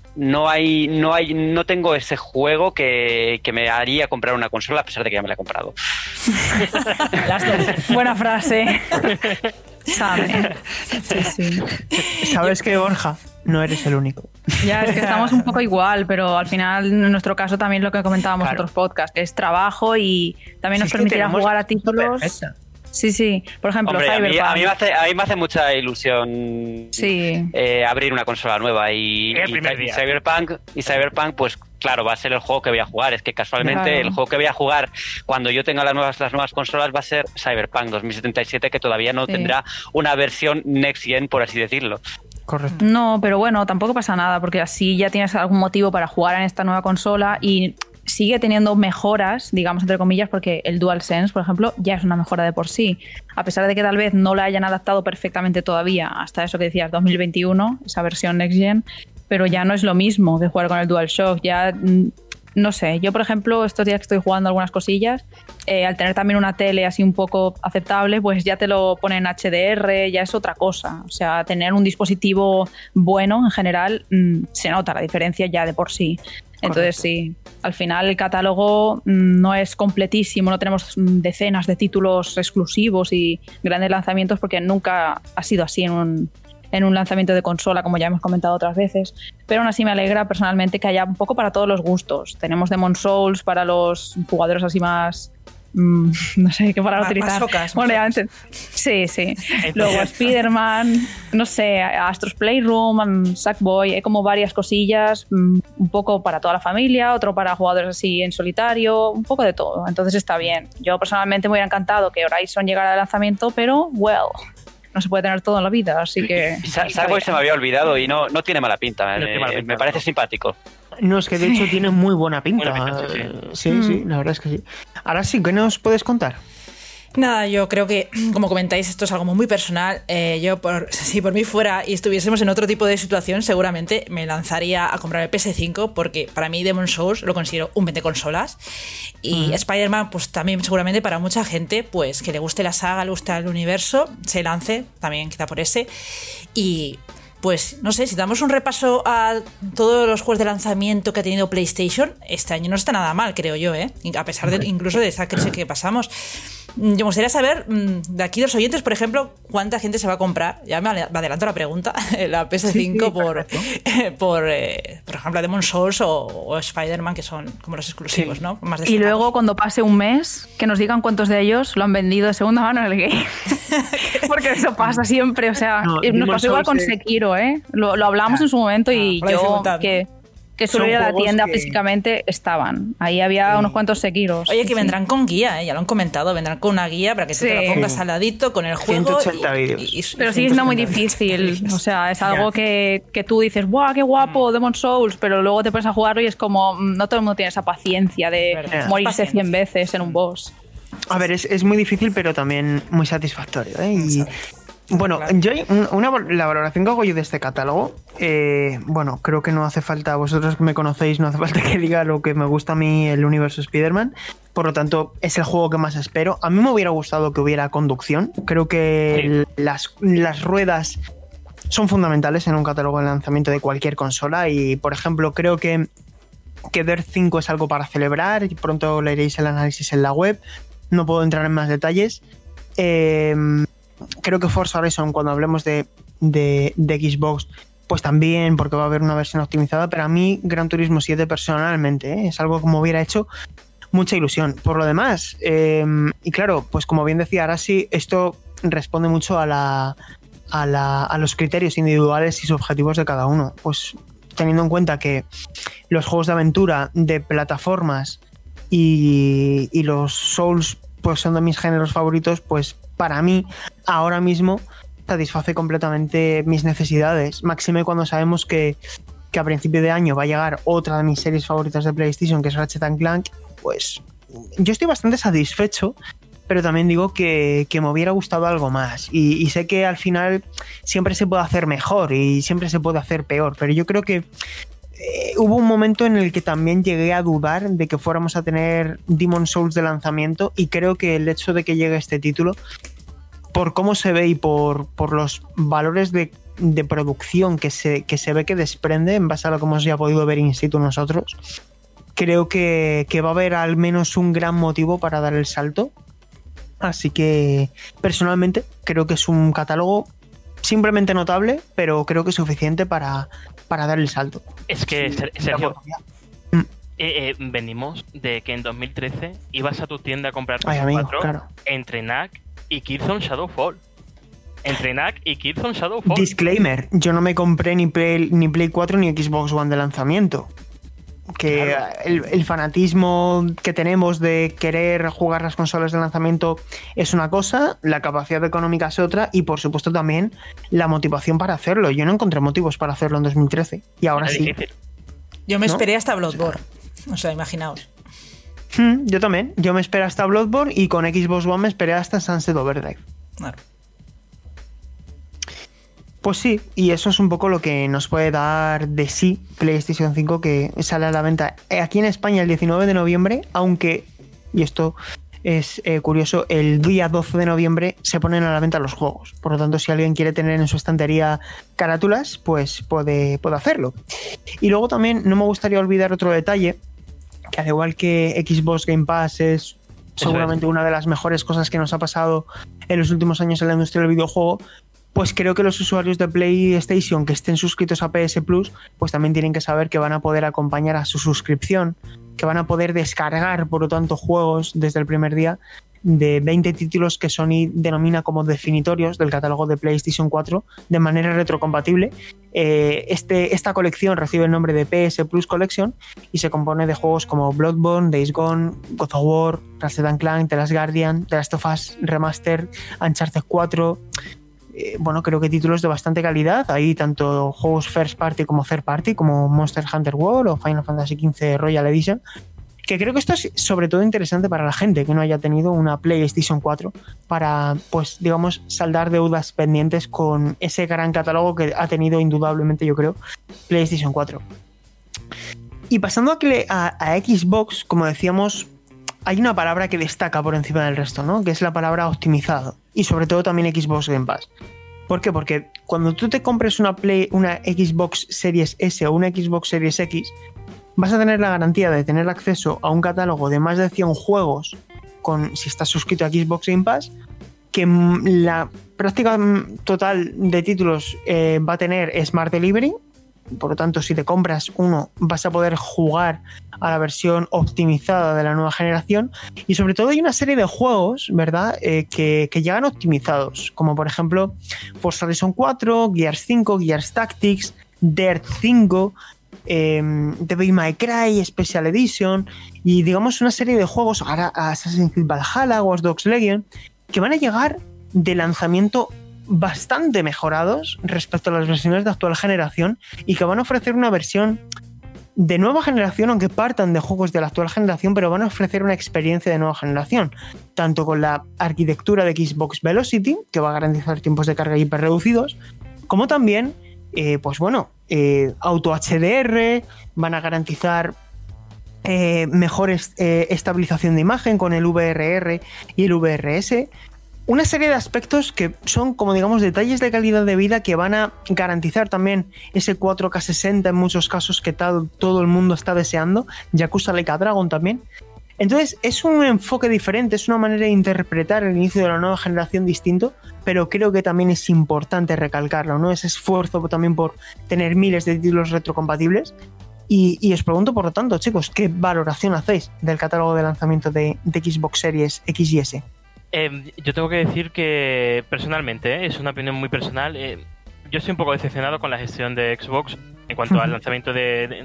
no tengo ese juego que me haría comprar una consola a pesar de que ya me la he comprado. Las dos. Buena frase. Sabe. Sí. ¿Sabes qué, Borja? No eres el único. Ya, es que estamos un poco igual, pero al final, en nuestro caso, también lo que comentábamos en Claro. otros podcasts, es trabajo y también nos permitirá jugar a títulos. Perfecta. Sí. Por ejemplo, Hombre, Cyberpunk. a mí me hace mucha ilusión abrir una consola nueva y Cyberpunk, pues claro, va a ser el juego que voy a jugar. Es que casualmente Claro. el juego que voy a jugar cuando yo tenga las nuevas consolas va a ser Cyberpunk 2077, que todavía no tendrá una versión next gen, por así decirlo. Correcto. No, pero bueno, tampoco pasa nada, porque así ya tienes algún motivo para jugar en esta nueva consola y sigue teniendo mejoras, digamos, entre comillas, porque el DualSense, por ejemplo, ya es una mejora de por sí. A pesar de que tal vez no la hayan adaptado perfectamente todavía hasta eso que decías, 2021, esa versión Next Gen, pero ya no es lo mismo de jugar con el DualShock. Ya, no sé, yo, por ejemplo, estos días que estoy jugando algunas cosillas, al tener también una tele así un poco aceptable, pues ya te lo pone en HDR, ya es otra cosa. O sea, tener un dispositivo bueno en general, se nota la diferencia ya de por sí. Entonces sí, al final el catálogo no es completísimo, no tenemos decenas de títulos exclusivos y grandes lanzamientos porque nunca ha sido así en un lanzamiento de consola, como ya hemos comentado otras veces, pero aún así me alegra personalmente que haya un poco para todos los gustos. Tenemos Demon's Souls para los jugadores así más... no sé qué palabra utilizar. Bueno, ya sí. Luego Spider-Man, no sé, Astro's Playroom, Sackboy, hay como varias cosillas, un poco para toda la familia, otro para jugadores así en solitario, un poco de todo. Entonces está bien. Yo personalmente me hubiera encantado que Horizon llegara al lanzamiento, pero no se puede tener todo en la vida, así que... Sackboy se me había olvidado y no tiene mala pinta. Me parece simpático. No, es que de hecho tiene muy buena pinta. Sí, la verdad es que sí. Ahora sí, ¿qué nos puedes contar? Nada, yo creo que, como comentáis, esto es algo muy personal. Yo, si por mí fuera y estuviésemos en otro tipo de situación, seguramente me lanzaría a comprar el PS5 porque para mí Demon's Souls lo considero un 20 consolas. Y Spider-Man, pues también seguramente para mucha gente pues que le guste la saga, le guste el universo, se lance también quizá por ese. Y... pues no sé, si damos un repaso a todos los juegos de lanzamiento que ha tenido PlayStation, este año no está nada mal, creo yo, a pesar de incluso de esa crisis que pasamos. Yo me gustaría saber, de aquí los oyentes, por ejemplo, cuánta gente se va a comprar, ya me adelanto la pregunta, la PS5 por ejemplo, Demon's Souls o Spider-Man, que son como los exclusivos, ¿no? Más destacados. Y luego, cuando pase un mes, que nos digan cuántos de ellos lo han vendido de segunda mano en el game. Porque eso pasa siempre, o sea, nos pasó igual con Sekiro, Lo hablamos en su momento y yo, que suelo ir a la tienda físicamente, estaban. Ahí había unos cuantos Sekiros. Oye, que vendrán con guía, ya lo han comentado, vendrán con una guía para que tú te lo pongas al ladito con el juego. 180 vídeos. Pero sigue siendo muy difícil. O sea, es algo que tú dices, ¡guau, qué guapo, Demon's Souls! Pero luego te pones a jugarlo y es como, no todo el mundo tiene esa paciencia de morirse 100 veces en un boss. A ver, es muy difícil, pero también muy satisfactorio, Y... bueno, yo la valoración que hago yo de este catálogo, bueno, creo que no hace falta, vosotros que me conocéis, no hace falta que diga lo que me gusta a mí el universo Spider-Man, por lo tanto es el juego que más espero. A mí me hubiera gustado que hubiera conducción, creo que las ruedas son fundamentales en un catálogo de lanzamiento de cualquier consola y, por ejemplo, creo que Dirt 5 es algo para celebrar y pronto leeréis el análisis en la web, no puedo entrar en más detalles. Creo que Forza Horizon, cuando hablemos de Xbox, pues también, porque va a haber una versión optimizada, pero a mí Gran Turismo 7 personalmente es algo que me hubiera hecho mucha ilusión. Por lo demás, y claro, pues como bien decía Arasi, esto responde mucho a los criterios individuales y subjetivos de cada uno. Pues teniendo en cuenta que los juegos de aventura, de plataformas y los Souls pues son de mis géneros favoritos, pues para mí ahora mismo satisface completamente mis necesidades. Máxime cuando sabemos que a principio de año va a llegar otra de mis series favoritas de PlayStation, que es Ratchet & Clank, pues yo estoy bastante satisfecho, pero también digo que me hubiera gustado algo más. Y sé que al final siempre se puede hacer mejor y siempre se puede hacer peor, pero yo creo que hubo un momento en el que también llegué a dudar de que fuéramos a tener Demon's Souls de lanzamiento, y creo que el hecho de que llegue este título, por cómo se ve y por los valores de producción que se ve que desprende en base a lo que hemos ya podido ver in situ nosotros, creo que va a haber al menos un gran motivo para dar el salto. Así que personalmente creo que es un catálogo simplemente notable, pero creo que es suficiente para dar el salto. Es que, Sergio, venimos de que en 2013 ibas a tu tienda a comprar PS4 entre NAC y Killzone Shadowfall. Entre NAC y Killzone Shadowfall. Disclaimer, yo no me compré ni Play 4 ni Xbox One de lanzamiento. Que claro, el fanatismo que tenemos de querer jugar las consolas de lanzamiento es una cosa, la capacidad económica es otra, y por supuesto también la motivación para hacerlo. Yo no encontré motivos para hacerlo en 2013 y ahora sí. Difícil. Yo me esperé hasta Bloodborne, o sea, imaginaos. Yo también, yo me esperé hasta Bloodborne, y con Xbox One me esperé hasta Sunset Overdrive. Claro. Pues sí, y eso es un poco lo que nos puede dar de sí PlayStation 5, que sale a la venta aquí en España el 19 de noviembre, aunque, y esto es curioso, el día 12 de noviembre se ponen a la venta los juegos. Por lo tanto, si alguien quiere tener en su estantería carátulas, pues puede hacerlo. Y luego también no me gustaría olvidar otro detalle, que al igual que Xbox Game Pass es seguramente una de las mejores cosas que nos ha pasado en los últimos años en la industria del videojuego, pues creo que los usuarios de PlayStation que estén suscritos a PS Plus, pues también tienen que saber que van a poder acompañar a su suscripción, que van a poder descargar, por lo tanto, juegos desde el primer día de 20 títulos que Sony denomina como definitorios del catálogo de PlayStation 4 de manera retrocompatible. Esta colección recibe el nombre de PS Plus Collection y se compone de juegos como Bloodborne, Days Gone, God of War, Ratchet & Clank, The Last Guardian, The Last of Us Remastered, Uncharted 4... bueno, creo que títulos de bastante calidad. Hay tanto juegos first party como third party, como Monster Hunter World o Final Fantasy XV Royal Edition, que creo que esto es sobre todo interesante para la gente que no haya tenido una PlayStation 4 para, pues, digamos, saldar deudas pendientes con ese gran catálogo que ha tenido indudablemente, yo creo, PlayStation 4. Y pasando a Xbox, como decíamos, hay una palabra que destaca por encima del resto, ¿no? Que es la palabra optimizado. Y sobre todo también Xbox Game Pass. ¿Por qué? Porque cuando tú te compres una Xbox Series S o una Xbox Series X, vas a tener la garantía de tener acceso a un catálogo de más de 100 juegos si estás suscrito a Xbox Game Pass, que la práctica total de títulos va a tener Smart Delivery. Por lo tanto, si te compras uno, vas a poder jugar a la versión optimizada de la nueva generación. Y sobre todo hay una serie de juegos, ¿verdad?, que llegan optimizados, como por ejemplo Forza Horizon 4, Gears 5, Gears Tactics, Dirt 5, Devil May Cry Special Edition y digamos una serie de juegos, ahora Assassin's Creed Valhalla, Watch Dogs Legion, que van a llegar de lanzamiento bastante mejorados respecto a las versiones de actual generación y que van a ofrecer una versión de nueva generación, aunque partan de juegos de la actual generación, pero van a ofrecer una experiencia de nueva generación, tanto con la arquitectura de Xbox Velocity, que va a garantizar tiempos de carga hiper reducidos, como también pues bueno, Auto HDR, van a garantizar mejor estabilización de imagen con el VRR y el VRS. Una serie de aspectos que son, como digamos, detalles de calidad de vida que van a garantizar también ese 4K 60 en muchos casos que todo el mundo está deseando. Yakuza Like a Dragon también. Entonces es un enfoque diferente, es una manera de interpretar el inicio de la nueva generación distinto, pero creo que también es importante recalcarlo, ¿no? Ese esfuerzo también por tener miles de títulos retrocompatibles. Y os pregunto, por lo tanto, chicos, ¿qué valoración hacéis del catálogo de lanzamiento de Xbox Series X y S? Yo tengo que decir que personalmente, es una opinión muy personal, yo estoy un poco decepcionado con la gestión de Xbox en cuanto al lanzamiento de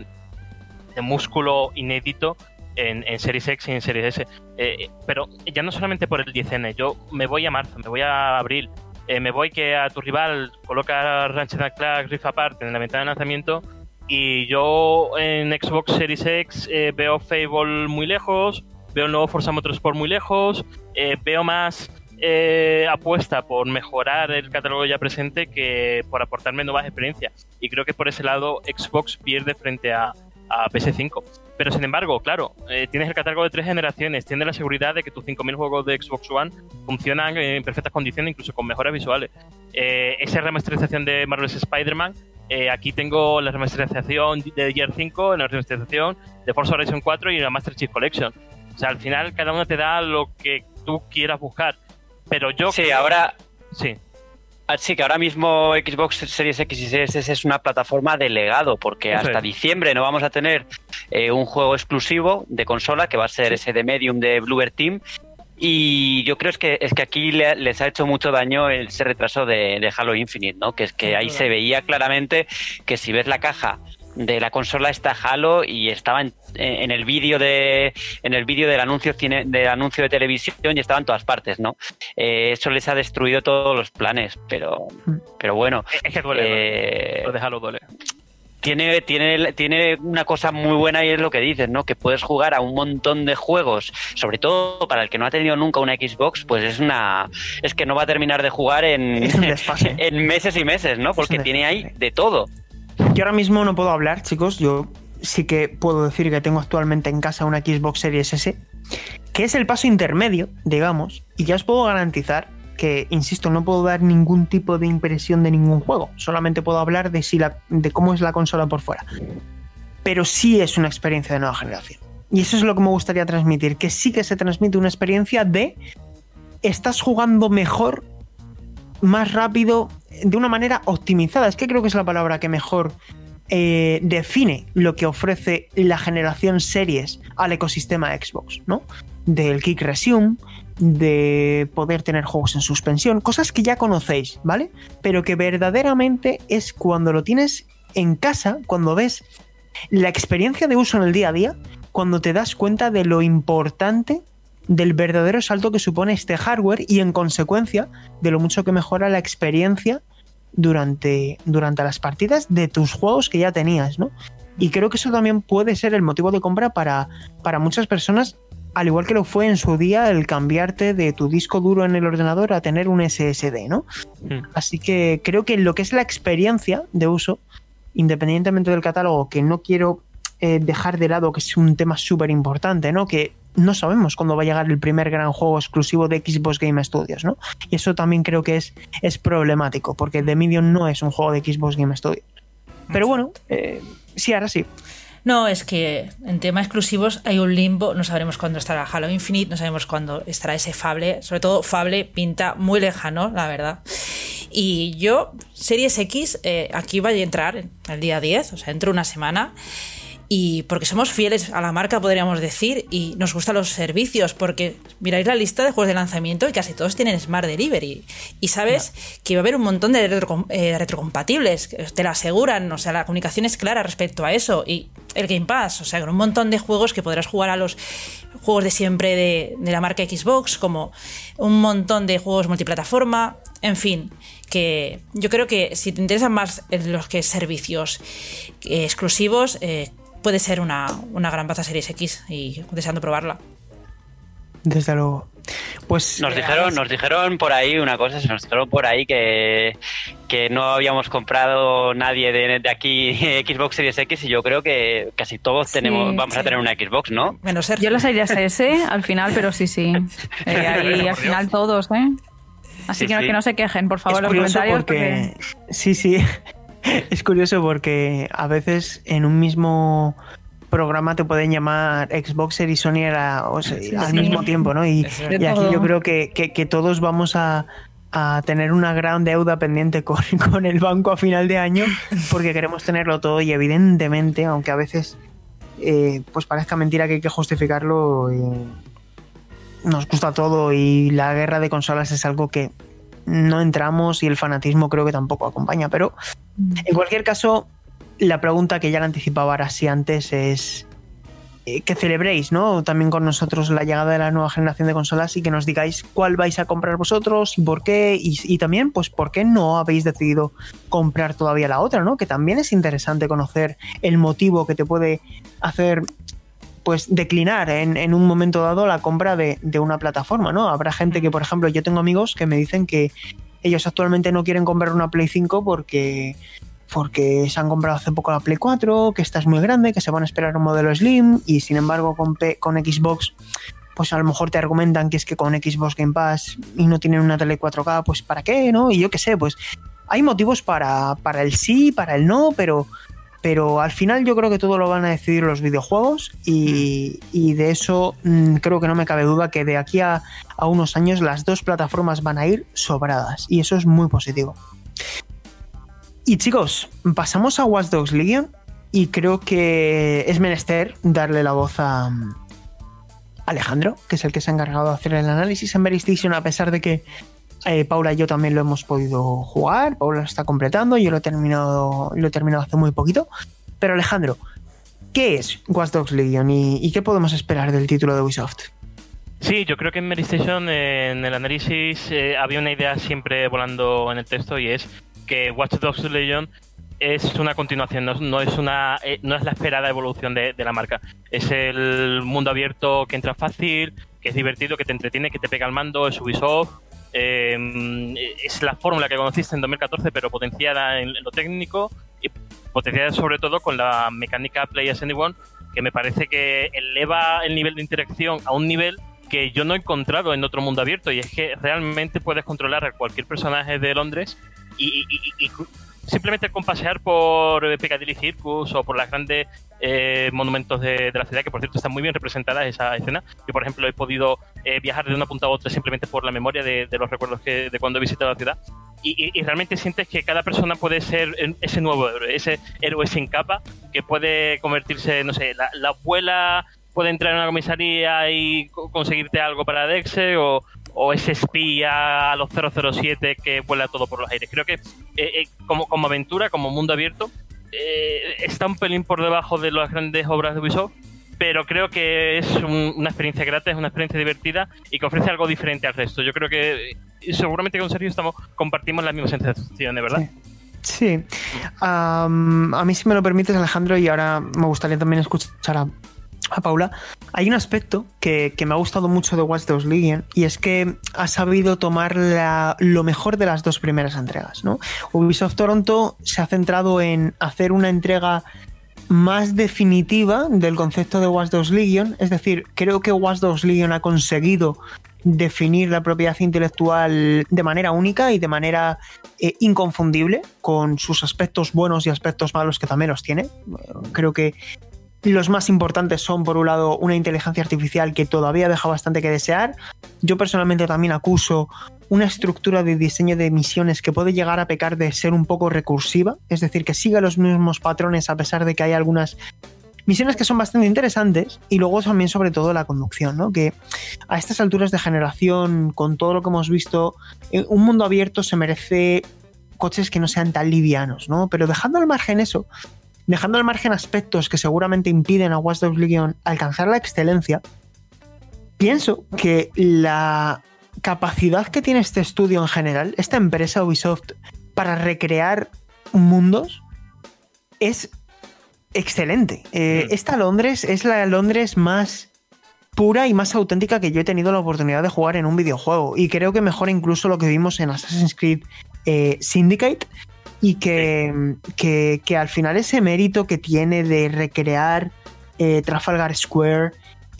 músculo inédito en Series X y en Series S. Pero ya no solamente por el 10N, yo me voy a marzo, me voy a abril, me voy que a tu rival coloca Ratchet & Clank Rift Apart en la ventana de lanzamiento y yo en Xbox Series X veo Fable muy lejos, veo el nuevo Forza Motorsport muy lejos, veo más apuesta por mejorar el catálogo ya presente que por aportarme nuevas experiencias. Y creo que por ese lado Xbox pierde frente a PS5. Pero sin embargo, claro, tienes el catálogo de 3 generaciones, tienes la seguridad de que tus 5.000 juegos de Xbox One funcionan en perfectas condiciones, incluso con mejoras visuales. Esa remasterización de Marvel's Spider-Man, aquí tengo la remasterización de Gears 5, la remasterización de Forza Horizon 4 y la Master Chief Collection. O sea, al final cada uno te da lo que tú quieras buscar. Pero yo... Sí, que ahora mismo Xbox Series X y Series S es una plataforma de legado, porque hasta diciembre no vamos a tener un juego exclusivo de consola, que va a ser ese de Medium de Bluebird Team. Y yo creo que aquí les ha hecho mucho daño ese retraso de Halo Infinite, ¿no? Que es que ahí se veía claramente que si ves la caja de la consola está Halo y estaba en el vídeo del anuncio de televisión y estaba en todas partes, ¿no? Eso les ha destruido todos los planes, pero bueno. Es que duele, lo de Halo duele. Tiene una cosa muy buena y es lo que dices, ¿no? Que puedes jugar a un montón de juegos, sobre todo para el que no ha tenido nunca una Xbox, pues es que no va a terminar de jugar en meses y meses, ¿no? Porque tiene ahí de todo. Yo ahora mismo no puedo hablar, chicos. Yo sí que puedo decir que tengo actualmente en casa una Xbox Series S, que es el paso intermedio, digamos, y ya os puedo garantizar que, insisto, no puedo dar ningún tipo de impresión de ningún juego, solamente puedo hablar de cómo es la consola por fuera. Pero sí es una experiencia de nueva generación. Y eso es lo que me gustaría transmitir, que sí que se transmite una experiencia de estás jugando mejor, más rápido, de una manera optimizada. Es que creo que es la palabra que mejor define lo que ofrece la generación Series al ecosistema Xbox, ¿no? Del Quick Resume, de poder tener juegos en suspensión, cosas que ya conocéis, ¿vale? Pero que verdaderamente es cuando lo tienes en casa, cuando ves la experiencia de uso en el día a día, cuando te das cuenta de lo importante del verdadero salto que supone este hardware y en consecuencia de lo mucho que mejora la experiencia durante las partidas de tus juegos que ya tenías, ¿no? Y creo que eso también puede ser el motivo de compra para muchas personas, al igual que lo fue en su día el cambiarte de tu disco duro en el ordenador a tener un SSD, ¿no? Así que creo que lo que es la experiencia de uso, independientemente del catálogo, que no quiero dejar de lado, que es un tema súper importante, ¿no? Que no sabemos cuándo va a llegar el primer gran juego exclusivo de Xbox Game Studios, ¿no? Y eso también creo que es problemático, porque The Medium no es un juego de Xbox Game Studios. Pero bueno, sí, ahora sí. No, es que en tema exclusivos hay un limbo, no sabremos cuándo estará Halo Infinite, no sabemos cuándo estará ese Fable, sobre todo Fable pinta muy lejano, la verdad. Y yo, Series X, aquí va a entrar el día 10, o sea, dentro de una semana. Y porque somos fieles a la marca, podríamos decir, y nos gustan los servicios, porque miráis la lista de juegos de lanzamiento y casi todos tienen Smart Delivery. Y sabes que va a haber un montón de retrocompatibles, te lo aseguran, o sea, la comunicación es clara respecto a eso. Y el Game Pass, o sea, con un montón de juegos que podrás jugar a los juegos de siempre de la marca Xbox, como un montón de juegos multiplataforma, en fin, que yo creo que si te interesan más los que servicios exclusivos, puede ser una gran baza Series X y deseando probarla. Desde luego. Pues nos dijeron por ahí una cosa, nos dijeron por ahí que no habíamos comprado nadie de aquí Xbox Series X, y yo creo que casi todos vamos a tener una Xbox, ¿no? Menos Sergio. Yo la Series S al final, pero sí. Ahí al final todos, ¿eh? Así que no se quejen, por favor, en los comentarios. Porque... Sí. Es curioso porque a veces en un mismo programa te pueden llamar Xboxer y Sony al mismo tiempo, ¿no? Y aquí yo creo que todos vamos a tener una gran deuda pendiente con el banco a final de año, porque queremos tenerlo todo, y evidentemente, aunque a veces pues parezca mentira que hay que justificarlo, nos gusta todo, y la guerra de consolas es algo que no entramos, y el fanatismo creo que tampoco acompaña. Pero en cualquier caso, la pregunta que ya la anticipaba ahora sí antes es que celebréis, ¿no?, también con nosotros la llegada de la nueva generación de consolas, y que nos digáis cuál vais a comprar vosotros y por qué, y también pues por qué no habéis decidido comprar todavía la otra, ¿no? Que también es interesante conocer el motivo que te puede hacer pues declinar en un momento dado la compra de una plataforma, ¿no? Habrá gente que, por ejemplo, yo tengo amigos que me dicen que ellos actualmente no quieren comprar una Play 5 porque se han comprado hace poco la Play 4, que esta es muy grande, que se van a esperar un modelo Slim, y sin embargo con Xbox, pues a lo mejor te argumentan que es que con Xbox Game Pass y no tienen una tele 4K, pues ¿para qué, no? Y yo qué sé, pues hay motivos para el sí, para el no, pero al final yo creo que todo lo van a decidir los videojuegos, y de eso creo que no me cabe duda, que de aquí a unos años las dos plataformas van a ir sobradas, y eso es muy positivo. Y chicos, pasamos a Watch Dogs Legion, y creo que es menester darle la voz a Alejandro, que es el que se ha encargado de hacer el análisis en Mary Station, a pesar de que Paula y yo también lo hemos podido jugar. Paula lo está completando, yo lo he terminado hace muy poquito. Pero Alejandro, ¿qué es Watch Dogs Legion y qué podemos esperar del título de Ubisoft? Sí, yo creo que en Mary Station, en el análisis, había una idea siempre volando en el texto, y es que Watch Dogs Legion es una continuación, no es la esperada evolución de la marca. Es el mundo abierto que entra fácil, que es divertido, que te entretiene, que te pega al mando, es Ubisoft. Es la fórmula que conociste en 2014, pero potenciada en lo técnico, y potenciada sobre todo con la mecánica Play as Anyone, que me parece que eleva el nivel de interacción a un nivel que yo no he encontrado en otro mundo abierto, y es que realmente puedes controlar a cualquier personaje de Londres y simplemente con pasear por Piccadilly Circus o por las grandes monumentos de la ciudad, que por cierto están muy bien representadas esa escena. Yo, por ejemplo, he podido viajar de una punta a otra simplemente por la memoria de los recuerdos de cuando he visitado la ciudad. Y realmente sientes que cada persona puede ser ese nuevo héroe, ese héroe sin capa, que puede convertirse, no sé, la abuela puede entrar en una comisaría y conseguirte algo para Dexe, o ese espía a los 007 que vuela todo por los aires. Creo que como aventura, como mundo abierto, está un pelín por debajo de las grandes obras de Ubisoft, pero creo que es una experiencia grata, es una experiencia divertida y que ofrece algo diferente al resto. Yo creo que seguramente con Sergio compartimos las mismas sensaciones, ¿verdad? Sí. A mí, si me lo permites, Alejandro, y ahora me gustaría también escuchar a Paula, hay un aspecto que me ha gustado mucho de Watch Dogs Legion, y es que ha sabido tomar lo mejor de las dos primeras entregas, ¿no? Ubisoft Toronto se ha centrado en hacer una entrega más definitiva del concepto de Watch Dogs Legion, es decir, creo que Watch Dogs Legion ha conseguido definir la propiedad intelectual de manera única y de manera inconfundible, con sus aspectos buenos y aspectos malos que también los tiene. Creo que los más importantes son, por un lado, una inteligencia artificial que todavía deja bastante que desear. Yo personalmente también acuso una estructura de diseño de misiones que puede llegar a pecar de ser un poco recursiva, es decir, que siga los mismos patrones a pesar de que hay algunas misiones que son bastante interesantes. Y luego también, sobre todo, la conducción, ¿no? Que a estas alturas de generación, con todo lo que hemos visto, un mundo abierto se merece coches que no sean tan livianos, ¿no? Pero dejando al margen eso, dejando al margen aspectos que seguramente impiden a Watch Dogs Legion alcanzar la excelencia, pienso que la capacidad que tiene este estudio en general, esta empresa Ubisoft, para recrear mundos, es excelente. Esta Londres es la Londres más pura y más auténtica que yo he tenido la oportunidad de jugar en un videojuego, y creo que mejora incluso lo que vimos en Assassin's Creed Syndicate. Y que al final ese mérito que tiene de recrear Trafalgar Square,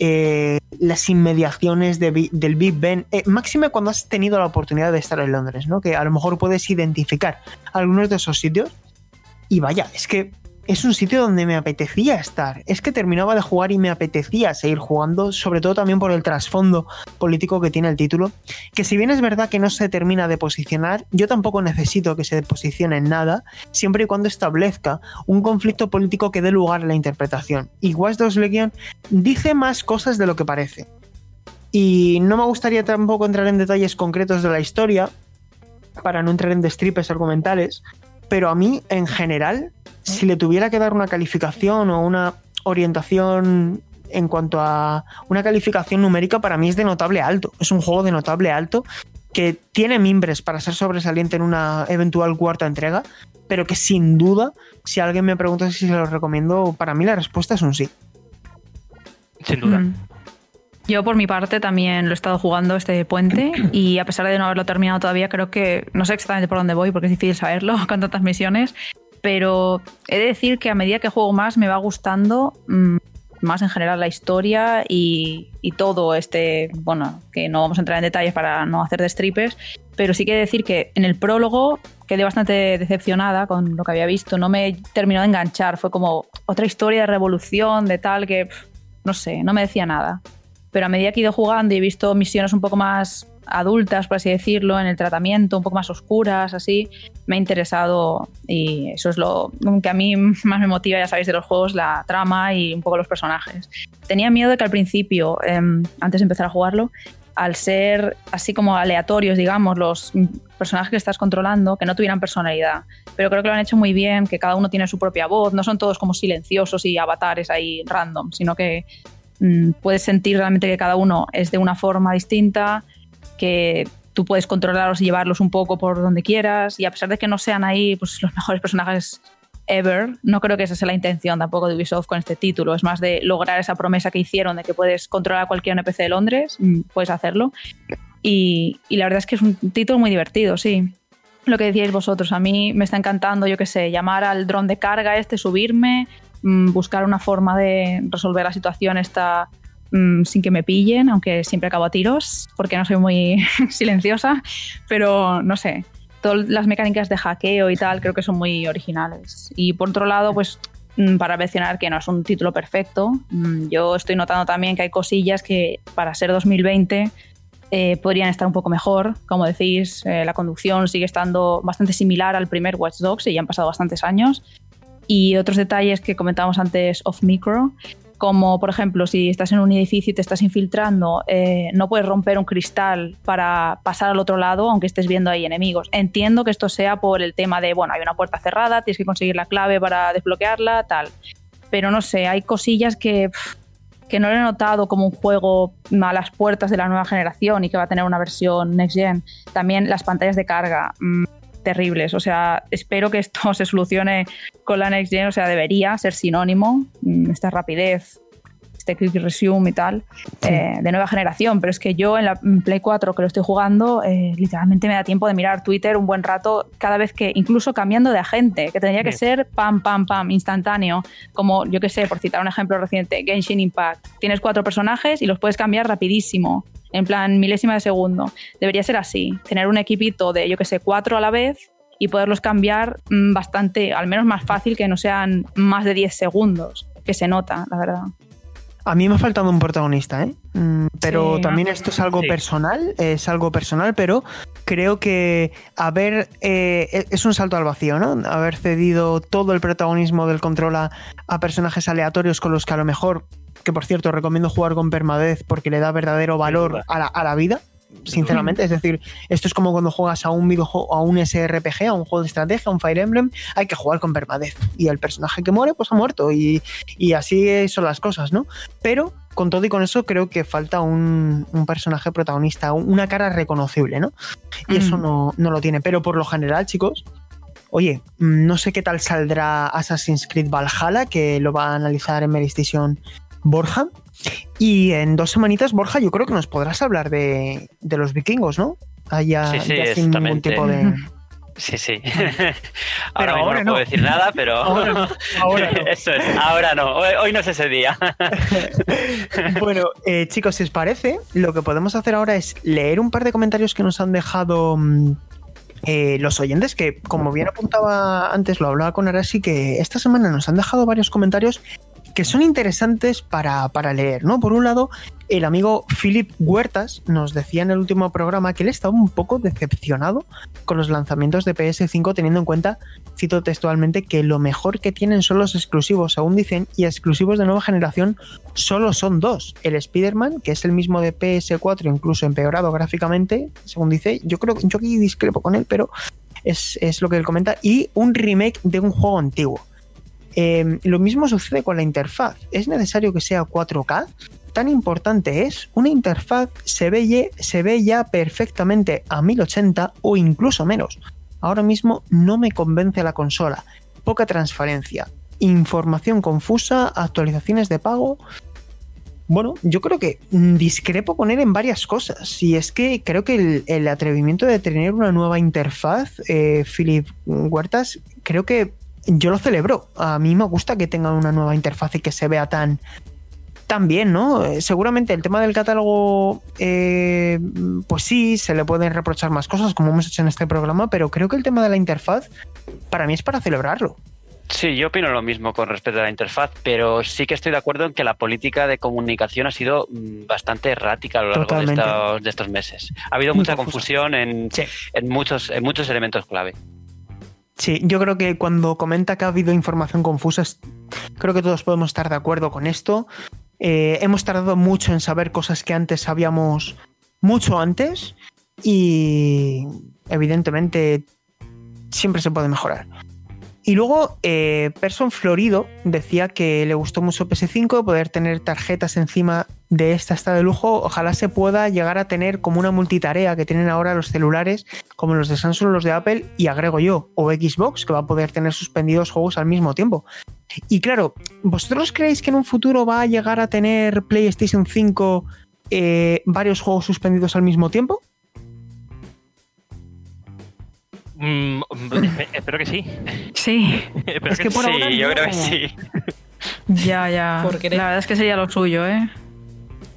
las inmediaciones del Big Ben, máxime cuando has tenido la oportunidad de estar en Londres, ¿no? Que a lo mejor puedes identificar algunos de esos sitios, y vaya, es que es un sitio donde me apetecía estar. Es que terminaba de jugar y me apetecía seguir jugando, sobre todo también por el trasfondo político que tiene el título, que si bien es verdad que no se termina de posicionar, yo tampoco necesito que se posicione en nada, siempre y cuando establezca un conflicto político que dé lugar a la interpretación. Y Watch Dogs Legion dice más cosas de lo que parece. Y no me gustaría tampoco entrar en detalles concretos de la historia, para no entrar en destripes argumentales, pero a mí, en general, si le tuviera que dar una calificación o una orientación en cuanto a una calificación numérica, para mí es de notable alto. Es un juego de notable alto que tiene mimbres para ser sobresaliente en una eventual cuarta entrega, pero que sin duda, si alguien me pregunta si se lo recomiendo, para mí la respuesta es un sí. Sin duda. Yo, por mi parte, también lo he estado jugando este puente, y a pesar de no haberlo terminado todavía, creo que no sé exactamente por dónde voy, porque es difícil saberlo con tantas misiones, pero he de decir que a medida que juego más me va gustando más en general la historia y todo bueno, que no vamos a entrar en detalles para no hacer destripes, pero sí que he de decir que en el prólogo quedé bastante decepcionada con lo que había visto, no me terminó de enganchar, fue como otra historia de revolución, de tal, que no sé, no me decía nada. Pero a medida que he ido jugando y he visto misiones un poco más adultas, por así decirlo, en el tratamiento, un poco más oscuras, así, me ha interesado, y eso es lo que a mí más me motiva, ya sabéis, de los juegos, la trama y un poco los personajes. Tenía miedo de que al principio, antes de empezar a jugarlo, al ser así como aleatorios, digamos, los personajes que estás controlando, que no tuvieran personalidad. Pero creo que lo han hecho muy bien, que cada uno tiene su propia voz, no son todos como silenciosos y avatares ahí random, sino que puedes sentir realmente que cada uno es de una forma distinta, que tú puedes controlarlos y llevarlos un poco por donde quieras, y a pesar de que no sean ahí pues los mejores personajes ever, no creo que esa sea la intención tampoco de Ubisoft con este título, es más de lograr esa promesa que hicieron de que puedes controlar a cualquier NPC de Londres, puedes hacerlo, y la verdad es que es un título muy divertido, sí. Lo que decíais vosotros, a mí me está encantando, yo qué sé, llamar al dron de carga subirme, buscar una forma de resolver la situación esta sin que me pillen, aunque siempre acabo a tiros, porque no soy muy silenciosa, pero no sé, todas las mecánicas de hackeo y tal creo que son muy originales. Y por otro lado, pues para mencionar que no es un título perfecto, yo estoy notando también que hay cosillas que para ser 2020 podrían estar un poco mejor. Como decís, la conducción sigue estando bastante similar al primer Watch Dogs y ya han pasado bastantes años. Y otros detalles que comentábamos antes off micro, como por ejemplo si estás en un edificio y te estás infiltrando, no puedes romper un cristal para pasar al otro lado aunque estés viendo ahí enemigos. Entiendo que esto sea por el tema de, bueno, hay una puerta cerrada, tienes que conseguir la clave para desbloquearla, tal. Pero no sé, hay cosillas que no lo he notado como un juego a las puertas de la nueva generación y que va a tener una versión Next Gen. También las pantallas de carga, terribles. O sea, espero que esto se solucione con la Next Gen. O sea, debería ser sinónimo, esta rapidez, este quick resume y tal, de nueva generación. Pero es que yo en la Play 4 que lo estoy jugando, literalmente me da tiempo de mirar Twitter un buen rato cada vez que, incluso cambiando de agente, que tendría que ser pam, pam, pam, instantáneo. Como, yo qué sé, por citar un ejemplo reciente, Genshin Impact. Tienes 4 personajes y los puedes cambiar rapidísimo. En plan, milésima de segundo. Debería ser así. Tener un equipito de, yo que sé, 4 a la vez y poderlos cambiar bastante, al menos más fácil, que no sean más de 10 segundos. Que se nota, la verdad. A mí me ha faltado un protagonista, ¿eh? Pero sí, también esto es algo personal, pero creo que es un salto al vacío, ¿no? Haber cedido todo el protagonismo del control a personajes aleatorios con los que a lo mejor, que por cierto recomiendo jugar con permadez porque le da verdadero valor a la vida, sinceramente. Es decir, esto es como cuando juegas a un videojuego, a un SRPG, a un juego de estrategia, a un Fire Emblem, hay que jugar con permadez y el personaje que muere pues ha muerto y así son las cosas, ¿no? Pero con todo y con eso creo que falta un personaje protagonista, una cara reconocible, ¿no? Y eso no lo tiene, pero por lo general, chicos, oye, no sé qué tal saldrá Assassin's Creed Valhalla, que lo va a analizar en Meristation Borja. Y en 2 semanitas, Borja, yo creo que nos podrás hablar de los vikingos, ¿no? Ya sin ningún tipo de... Sí. Pero ahora no puedo decir nada, pero... Ahora no. Eso es, ahora no. Hoy no es ese día. Bueno, chicos, si os parece, lo que podemos hacer ahora es leer un par de comentarios que nos han dejado los oyentes, que como bien apuntaba antes, lo hablaba con Arasi, que esta semana nos han dejado varios comentarios que son interesantes para leer, ¿no? Por un lado, el amigo Philip Huertas nos decía en el último programa que él estaba un poco decepcionado con los lanzamientos de PS5, teniendo en cuenta, cito textualmente, que lo mejor que tienen son los exclusivos, según dicen, y exclusivos de nueva generación solo son 2. El Spider-Man, que es el mismo de PS4, incluso empeorado gráficamente, según dice, yo aquí discrepo con él, pero es lo que él comenta, y un remake de un juego antiguo. Lo mismo sucede con la interfaz. ¿Es necesario que sea 4K? Tan importante es. Una interfaz se ve ya perfectamente a 1080 o incluso menos. Ahora mismo no me convence la consola. Poca transparencia, información confusa, actualizaciones de pago. Bueno, yo creo que discrepo con él en varias cosas. Y es que creo que el atrevimiento de tener una nueva interfaz, Philip Huertas, creo que yo lo celebro. A mí me gusta que tengan una nueva interfaz y que se vea tan bien, ¿no? Seguramente el tema del catálogo, pues sí, se le pueden reprochar más cosas, como hemos hecho en este programa, pero creo que el tema de la interfaz, para mí es para celebrarlo. Sí, yo opino lo mismo con respecto a la interfaz, pero sí que estoy de acuerdo en que la política de comunicación ha sido bastante errática a lo largo de estos meses. Ha habido mucha confusión en muchos elementos clave. Sí, yo creo que cuando comenta que ha habido información confusa, creo que todos podemos estar de acuerdo con esto. Hemos tardado mucho en saber cosas que antes sabíamos mucho antes y evidentemente siempre se puede mejorar. Y luego Person Florido decía que le gustó mucho PS5, poder tener tarjetas encima de esta está de lujo. Ojalá se pueda llegar a tener como una multitarea que tienen ahora los celulares, como los de Samsung, los de Apple, y agrego yo, o Xbox, que va a poder tener suspendidos juegos al mismo tiempo. Y claro, ¿vosotros creéis que en un futuro va a llegar a tener PlayStation 5 varios juegos suspendidos al mismo tiempo? Espero que sí. Sí. Es que por ahora yo creo que sí. Ya. Porque la verdad es que sería lo suyo, ¿eh?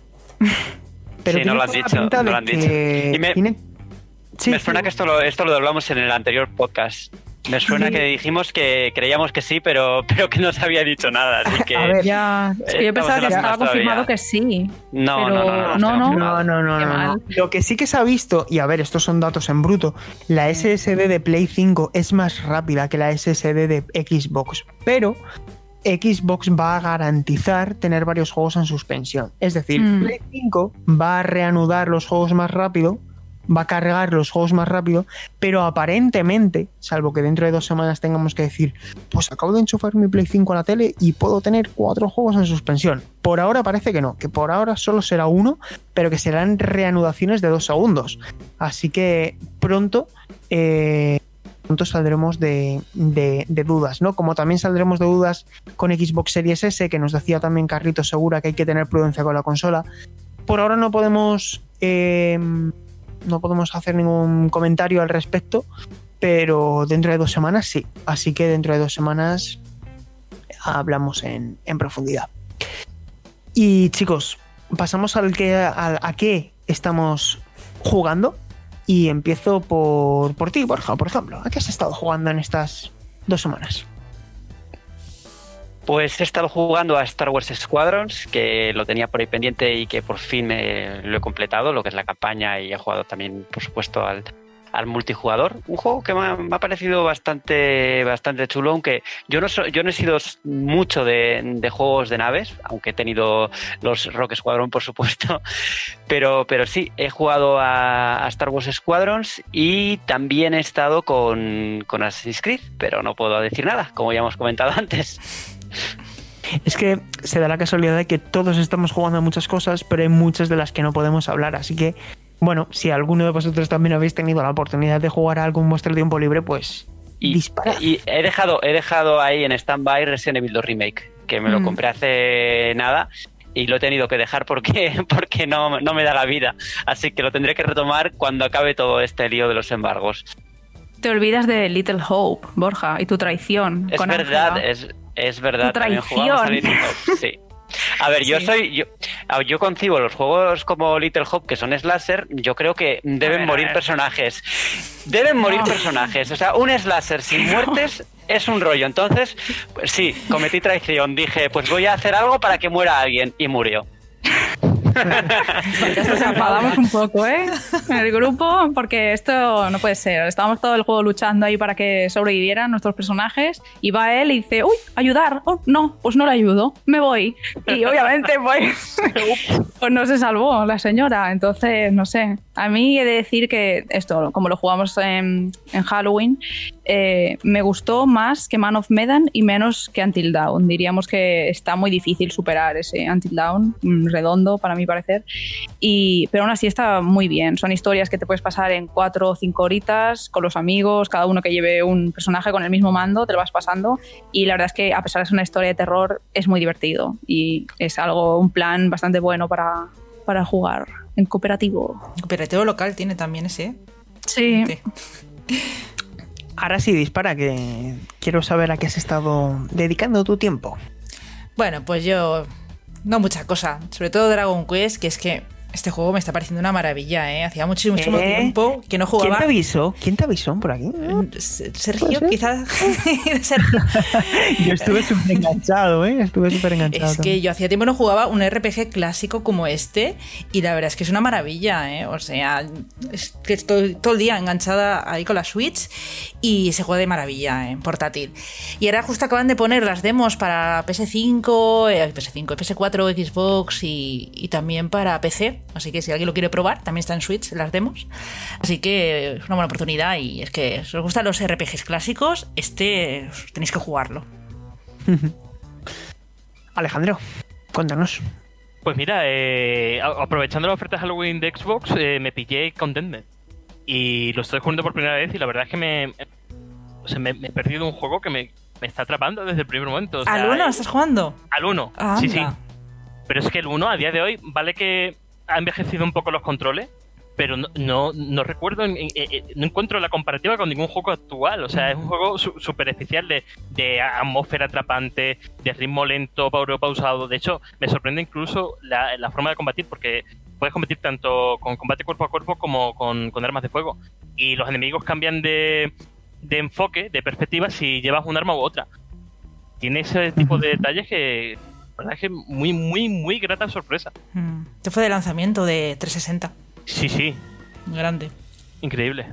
Pero sí, no lo han dicho. No lo han dicho. Y me suena que esto lo hablamos en el anterior podcast. Me suena que dijimos que creíamos que sí, pero que no se había dicho nada. Así que, a ver, ya. Es que yo pensaba que estaba confirmado que sí. No. Lo que sí que se ha visto, y a ver, estos son datos en bruto, la SSD de Play 5 es más rápida que la SSD de Xbox, pero Xbox va a garantizar tener varios juegos en suspensión. Es decir, Play 5 va a reanudar los juegos más rápido, va a cargar los juegos más rápido, pero aparentemente, salvo que dentro de 2 semanas tengamos que decir, pues acabo de enchufar mi Play 5 a la tele y puedo tener 4 juegos en suspensión. Por ahora parece que no, que por ahora solo será uno, pero que serán reanudaciones de 2 segundos. Así que pronto saldremos de dudas, ¿no? Como también saldremos de dudas con Xbox Series S, que nos decía también Carlitos Segura que hay que tener prudencia con la consola. Por ahora no podemos hacer ningún comentario al respecto, pero dentro de 2 semanas sí. Así que dentro de 2 semanas hablamos en profundidad. Y chicos, pasamos a qué estamos jugando. Y empiezo por ti, Borja, por ejemplo. ¿A qué has estado jugando en estas 2 semanas? Pues he estado jugando a Star Wars Squadrons, que lo tenía por ahí pendiente y que por fin lo he completado, lo que es la campaña, y he jugado también, por supuesto, al multijugador. Un juego que me ha parecido bastante chulo, aunque yo no he sido mucho de juegos de naves, aunque he tenido los Rogue Squadron, por supuesto, pero sí, he jugado a Star Wars Squadrons y también he estado con Assassin's Creed, pero no puedo decir nada, como ya hemos comentado antes. Es que se da la casualidad de que todos estamos jugando a muchas cosas, pero hay muchas de las que no podemos hablar, así que bueno, si alguno de vosotros también habéis tenido la oportunidad de jugar a algo en vuestro tiempo libre, pues disparad. Y he dejado ahí en stand-by Resident Evil 2 Remake, que me lo compré hace nada y lo he tenido que dejar porque no me da la vida. Así que lo tendré que retomar cuando acabe todo este lío de los embargos. Te olvidas de Little Hope, Borja, y tu traición. Es con verdad, Ángela. es verdad. Tu traición. También jugamos a Little Hope, sí. A ver, yo concibo los juegos como Little Hope, que son slasher, yo creo que deben morir personajes. Deben morir personajes. O sea, un slasher sin muertes es un rollo. Entonces, pues sí, cometí traición. Dije, pues voy a hacer algo para que muera alguien. Y murió. Nos enfadamos un poco, ¿eh? En el grupo, porque esto no puede ser. Estábamos todo el juego luchando ahí para que sobrevivieran nuestros personajes y va él y dice, uy, ayudar. Oh, no, pues no le ayudo, me voy. Y obviamente pues no se salvó la señora. Entonces, no sé. A mí he de decir que esto, como lo jugamos en Halloween, me gustó más que Man of Medan y menos que Until Dawn. Diríamos que está muy difícil superar ese Until Dawn, redondo para mi parecer, pero aún así está muy bien. Son historias que te puedes pasar en 4 o 5 horitas con los amigos, cada uno que lleve un personaje con el mismo mando, te lo vas pasando, y la verdad es que a pesar de ser una historia de terror es muy divertido y es un plan bastante bueno para jugar en cooperativo. Cooperativo local tiene también ese. Sí. Ahora sí, dispara, que quiero saber a qué has estado dedicando tu tiempo. Bueno, pues yo no mucha cosa, sobre todo Dragon Quest, que es que este juego me está pareciendo una maravilla, ¿eh? Hacía muchísimo tiempo que no jugaba. ¿Quién te avisó por aquí? Sergio, quizás. Sergio. Yo estuve súper enganchado, ¿eh? Es que yo hacía tiempo no jugaba un RPG clásico como este y la verdad es que es una maravilla, ¿eh? O sea, es que estoy todo el día enganchada ahí con la Switch y se juega de maravilla en portátil. Y ahora justo acaban de poner las demos para PS5, PS4, Xbox y también para PC. Así que si alguien lo quiere probar, también está en Switch las demos. Así que es una buena oportunidad y es que si os gustan los RPGs clásicos, tenéis que jugarlo. Alejandro, cuéntanos. Pues mira, aprovechando la oferta de Halloween de Xbox, me pillé Contentment. Y lo estoy jugando por primera vez y la verdad es que me he perdido un juego que me está atrapando desde el primer momento. O sea, ¿Al 1 estás jugando? Al 1, sí. Pero es que el 1 a día de hoy, vale que ha envejecido un poco los controles, pero no recuerdo, no encuentro la comparativa con ningún juego actual. O sea, es un juego súper especial de atmósfera atrapante, de ritmo lento, pausado. De hecho, me sorprende incluso la forma de combatir, porque puedes combatir tanto con combate cuerpo a cuerpo como con armas de fuego. Y los enemigos cambian de enfoque, de perspectiva, si llevas un arma u otra. Tiene ese tipo de detalles que, la verdad, es que muy, muy, muy grata sorpresa. Este fue de lanzamiento de 360. Sí. Grande. Increíble.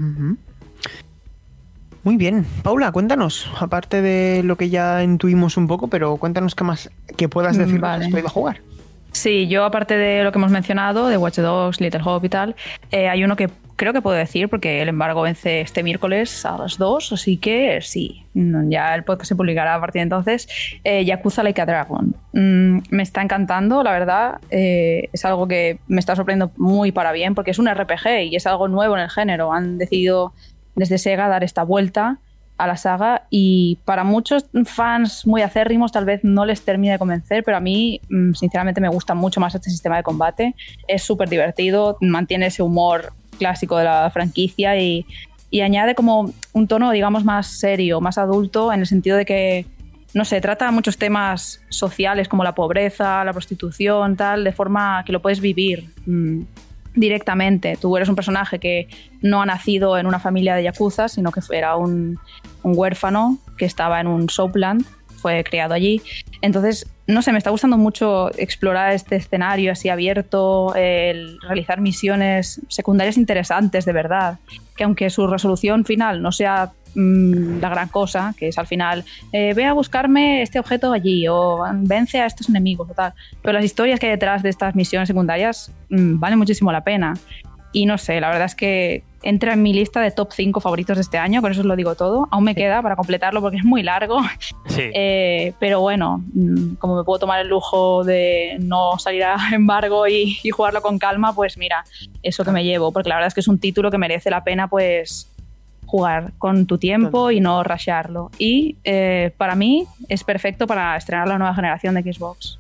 Muy bien. Paula, cuéntanos, aparte de lo que ya intuimos un poco, pero cuéntanos qué más que puedas decir que has podido jugar. Sí, yo aparte de lo que hemos mencionado, de Watch Dogs, Little Hope y tal, hay uno que creo que puedo decir porque el embargo vence este miércoles a las 2, así que sí, ya el podcast se publicará a partir de entonces. Yakuza Like a Dragon. Me está encantando, la verdad. Es algo que me está sorprendiendo muy para bien porque es un RPG y es algo nuevo en el género. Han decidido desde Sega dar esta vuelta a la saga y para muchos fans muy acérrimos tal vez no les termine de convencer, pero a mí sinceramente me gusta mucho más este sistema de combate. Es súper divertido, mantiene ese humor clásico de la franquicia y añade como un tono, digamos, más serio, más adulto, en el sentido de que, no sé, trata muchos temas sociales como la pobreza, la prostitución, tal, de forma que lo puedes vivir directamente. Tú eres un personaje que no ha nacido en una familia de yakuza, sino que era un huérfano que estaba en un soapland, fue criado allí. Entonces, no sé, me está gustando mucho explorar este escenario así abierto, el realizar misiones secundarias interesantes de verdad, que aunque su resolución final no sea la gran cosa, que es al final ve a buscarme este objeto allí o vence a estos enemigos o tal, pero las historias que hay detrás de estas misiones secundarias valen muchísimo la pena. Y no sé, la verdad es que entra en mi lista de top 5 favoritos de este año, con eso os lo digo todo. Aún me queda para completarlo porque es muy largo. Sí. Pero bueno, como me puedo tomar el lujo de no salir a embargo y jugarlo con calma, pues mira, eso que me llevo. Porque la verdad es que es un título que merece la pena pues jugar con tu tiempo y no rusharlo. Y para mí es perfecto para estrenar la nueva generación de Xbox.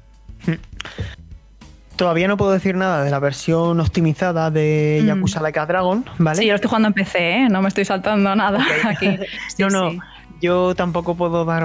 Todavía no puedo decir nada de la versión optimizada de Yakuza Like a Dragon, ¿vale? Sí, yo lo estoy jugando en PC, ¿eh? No me estoy saltando nada aquí. Sí, no. Sí. Yo tampoco puedo dar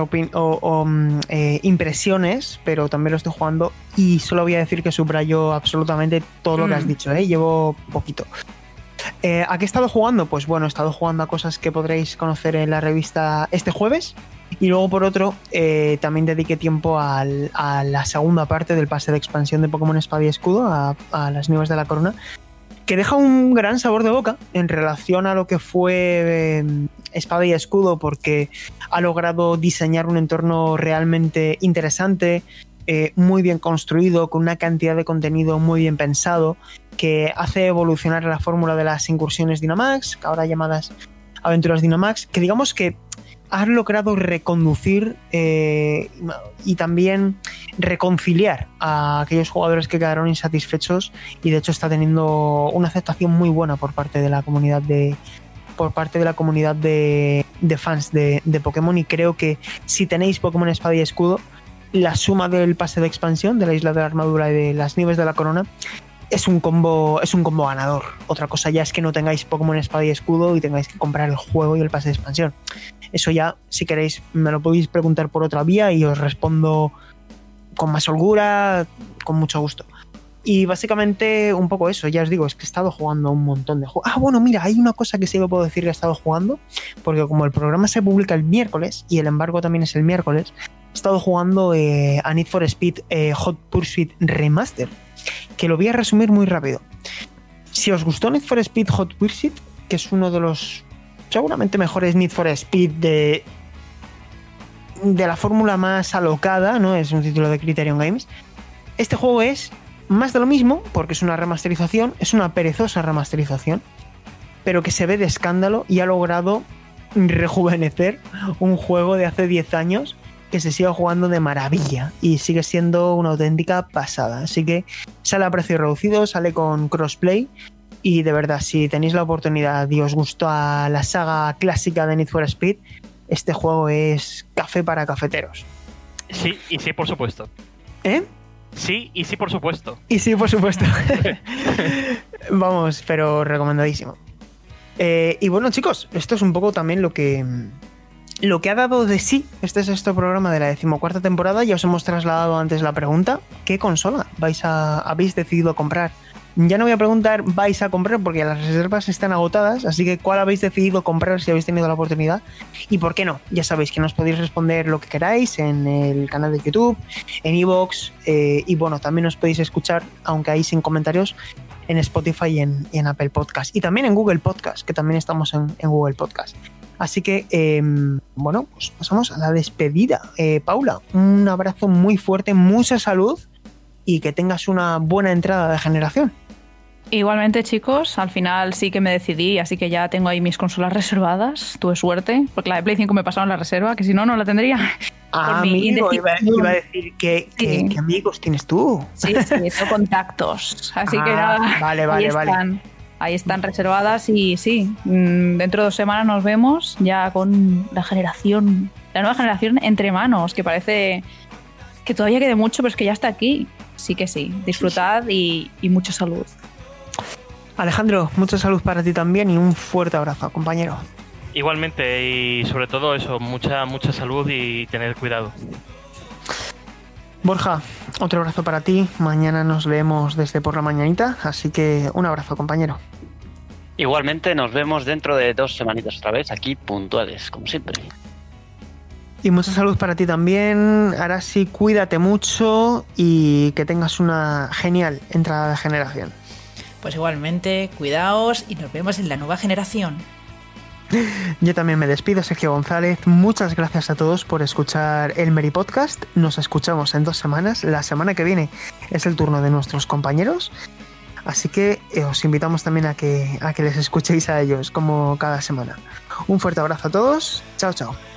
impresiones, pero también lo estoy jugando y solo voy a decir que subrayo absolutamente todo lo que has dicho, ¿eh? Llevo poquito. ¿A qué he estado jugando? Pues bueno, he estado jugando a cosas que podréis conocer en la revista este jueves. Y luego, por otro, también dediqué tiempo a la segunda parte del pase de expansión de Pokémon Espada y Escudo, a las Nieves de la Corona, que deja un gran sabor de boca en relación a lo que fue Espada y Escudo, porque ha logrado diseñar un entorno realmente interesante, muy bien construido, con una cantidad de contenido muy bien pensado, que hace evolucionar la fórmula de las incursiones Dynamax, ahora llamadas Aventuras Dynamax, que digamos que has logrado reconducir y también reconciliar a aquellos jugadores que quedaron insatisfechos, y de hecho está teniendo una aceptación muy buena por parte de la comunidad de fans de Pokémon. Y creo que si tenéis Pokémon Espada y Escudo, la suma del pase de expansión de la Isla de la Armadura y de las Nieves de la Corona es un combo ganador. Otra cosa ya es que no tengáis Pokémon Espada y Escudo y tengáis que comprar el juego y el pase de expansión. Eso ya, si queréis, me lo podéis preguntar por otra vía y os respondo con más holgura, con mucho gusto. Y básicamente un poco eso, ya os digo, es que he estado jugando un montón de juegos. Ah, bueno, mira, hay una cosa que sí me puedo decir que he estado jugando, porque como el programa se publica el miércoles y el embargo también es el miércoles, he estado jugando a Need for Speed Hot Pursuit Remaster, que lo voy a resumir muy rápido. Si os gustó Need for Speed Hot Pursuit, que es uno de los seguramente mejores Need for Speed de la fórmula más alocada, ¿no? Es un título de Criterion Games. Este juego es más de lo mismo, porque es una remasterización, es una perezosa remasterización, pero que se ve de escándalo y ha logrado rejuvenecer un juego de hace 10 años que se sigue jugando de maravilla y sigue siendo una auténtica pasada. Así que sale a precio reducido, sale con crossplay. Y de verdad, si tenéis la oportunidad y os gusta la saga clásica de Need for Speed, este juego es café para cafeteros. Sí, y sí, por supuesto. ¿Eh? Sí, y sí, por supuesto. Y sí, por supuesto. Vamos, pero recomendadísimo. Y bueno, chicos, esto es un poco también lo que ha dado de sí este sexto programa de la 14ª temporada. Ya os hemos trasladado antes la pregunta: ¿qué consola habéis decidido comprar? Ya no voy a preguntar vais a comprar porque las reservas están agotadas, así que ¿cuál habéis decidido comprar si habéis tenido la oportunidad? ¿Y por qué no? Ya sabéis que nos podéis responder lo que queráis en el canal de YouTube, en iVoox, y bueno, también os podéis escuchar, aunque ahí sin comentarios, en Spotify y en Apple Podcast. Y también en Google Podcast, que también estamos en Google Podcast. Así que, bueno, pues pasamos a la despedida. Paula, un abrazo muy fuerte, mucha salud y que tengas una buena entrada de generación. Igualmente, chicos, al final sí que me decidí, así que ya tengo ahí mis consolas reservadas. Tuve suerte, porque la de Play 5 me pasaron la reserva, que si no, no la tendría. Amigo, iba a decir ¿qué amigos tienes tú? Sí, tengo contactos. Así que nada, vale. Ahí están reservadas y sí, dentro de 2 semanas nos vemos ya con la nueva generación entre manos, que parece que todavía quede mucho, pero es que ya está aquí. Sí que sí, disfrutad y mucha salud. Alejandro, mucha salud para ti también y un fuerte abrazo, compañero. Igualmente, y sobre todo eso, mucha salud y tener cuidado. Borja, otro abrazo para ti. Mañana nos leemos desde por la mañanita, así que un abrazo, compañero. Igualmente, nos vemos dentro de 2 semanitas otra vez, aquí puntuales, como siempre. Y mucha salud para ti también, Arasi, cuídate mucho y que tengas una genial entrada de generación. Pues igualmente, cuidaos y nos vemos en la nueva generación. Yo también me despido, Sergio González. Muchas gracias a todos por escuchar el Meri Podcast. Nos escuchamos en 2 semanas. La semana que viene es el turno de nuestros compañeros. Así que os invitamos también a que les escuchéis a ellos como cada semana. Un fuerte abrazo a todos. Chao, chao.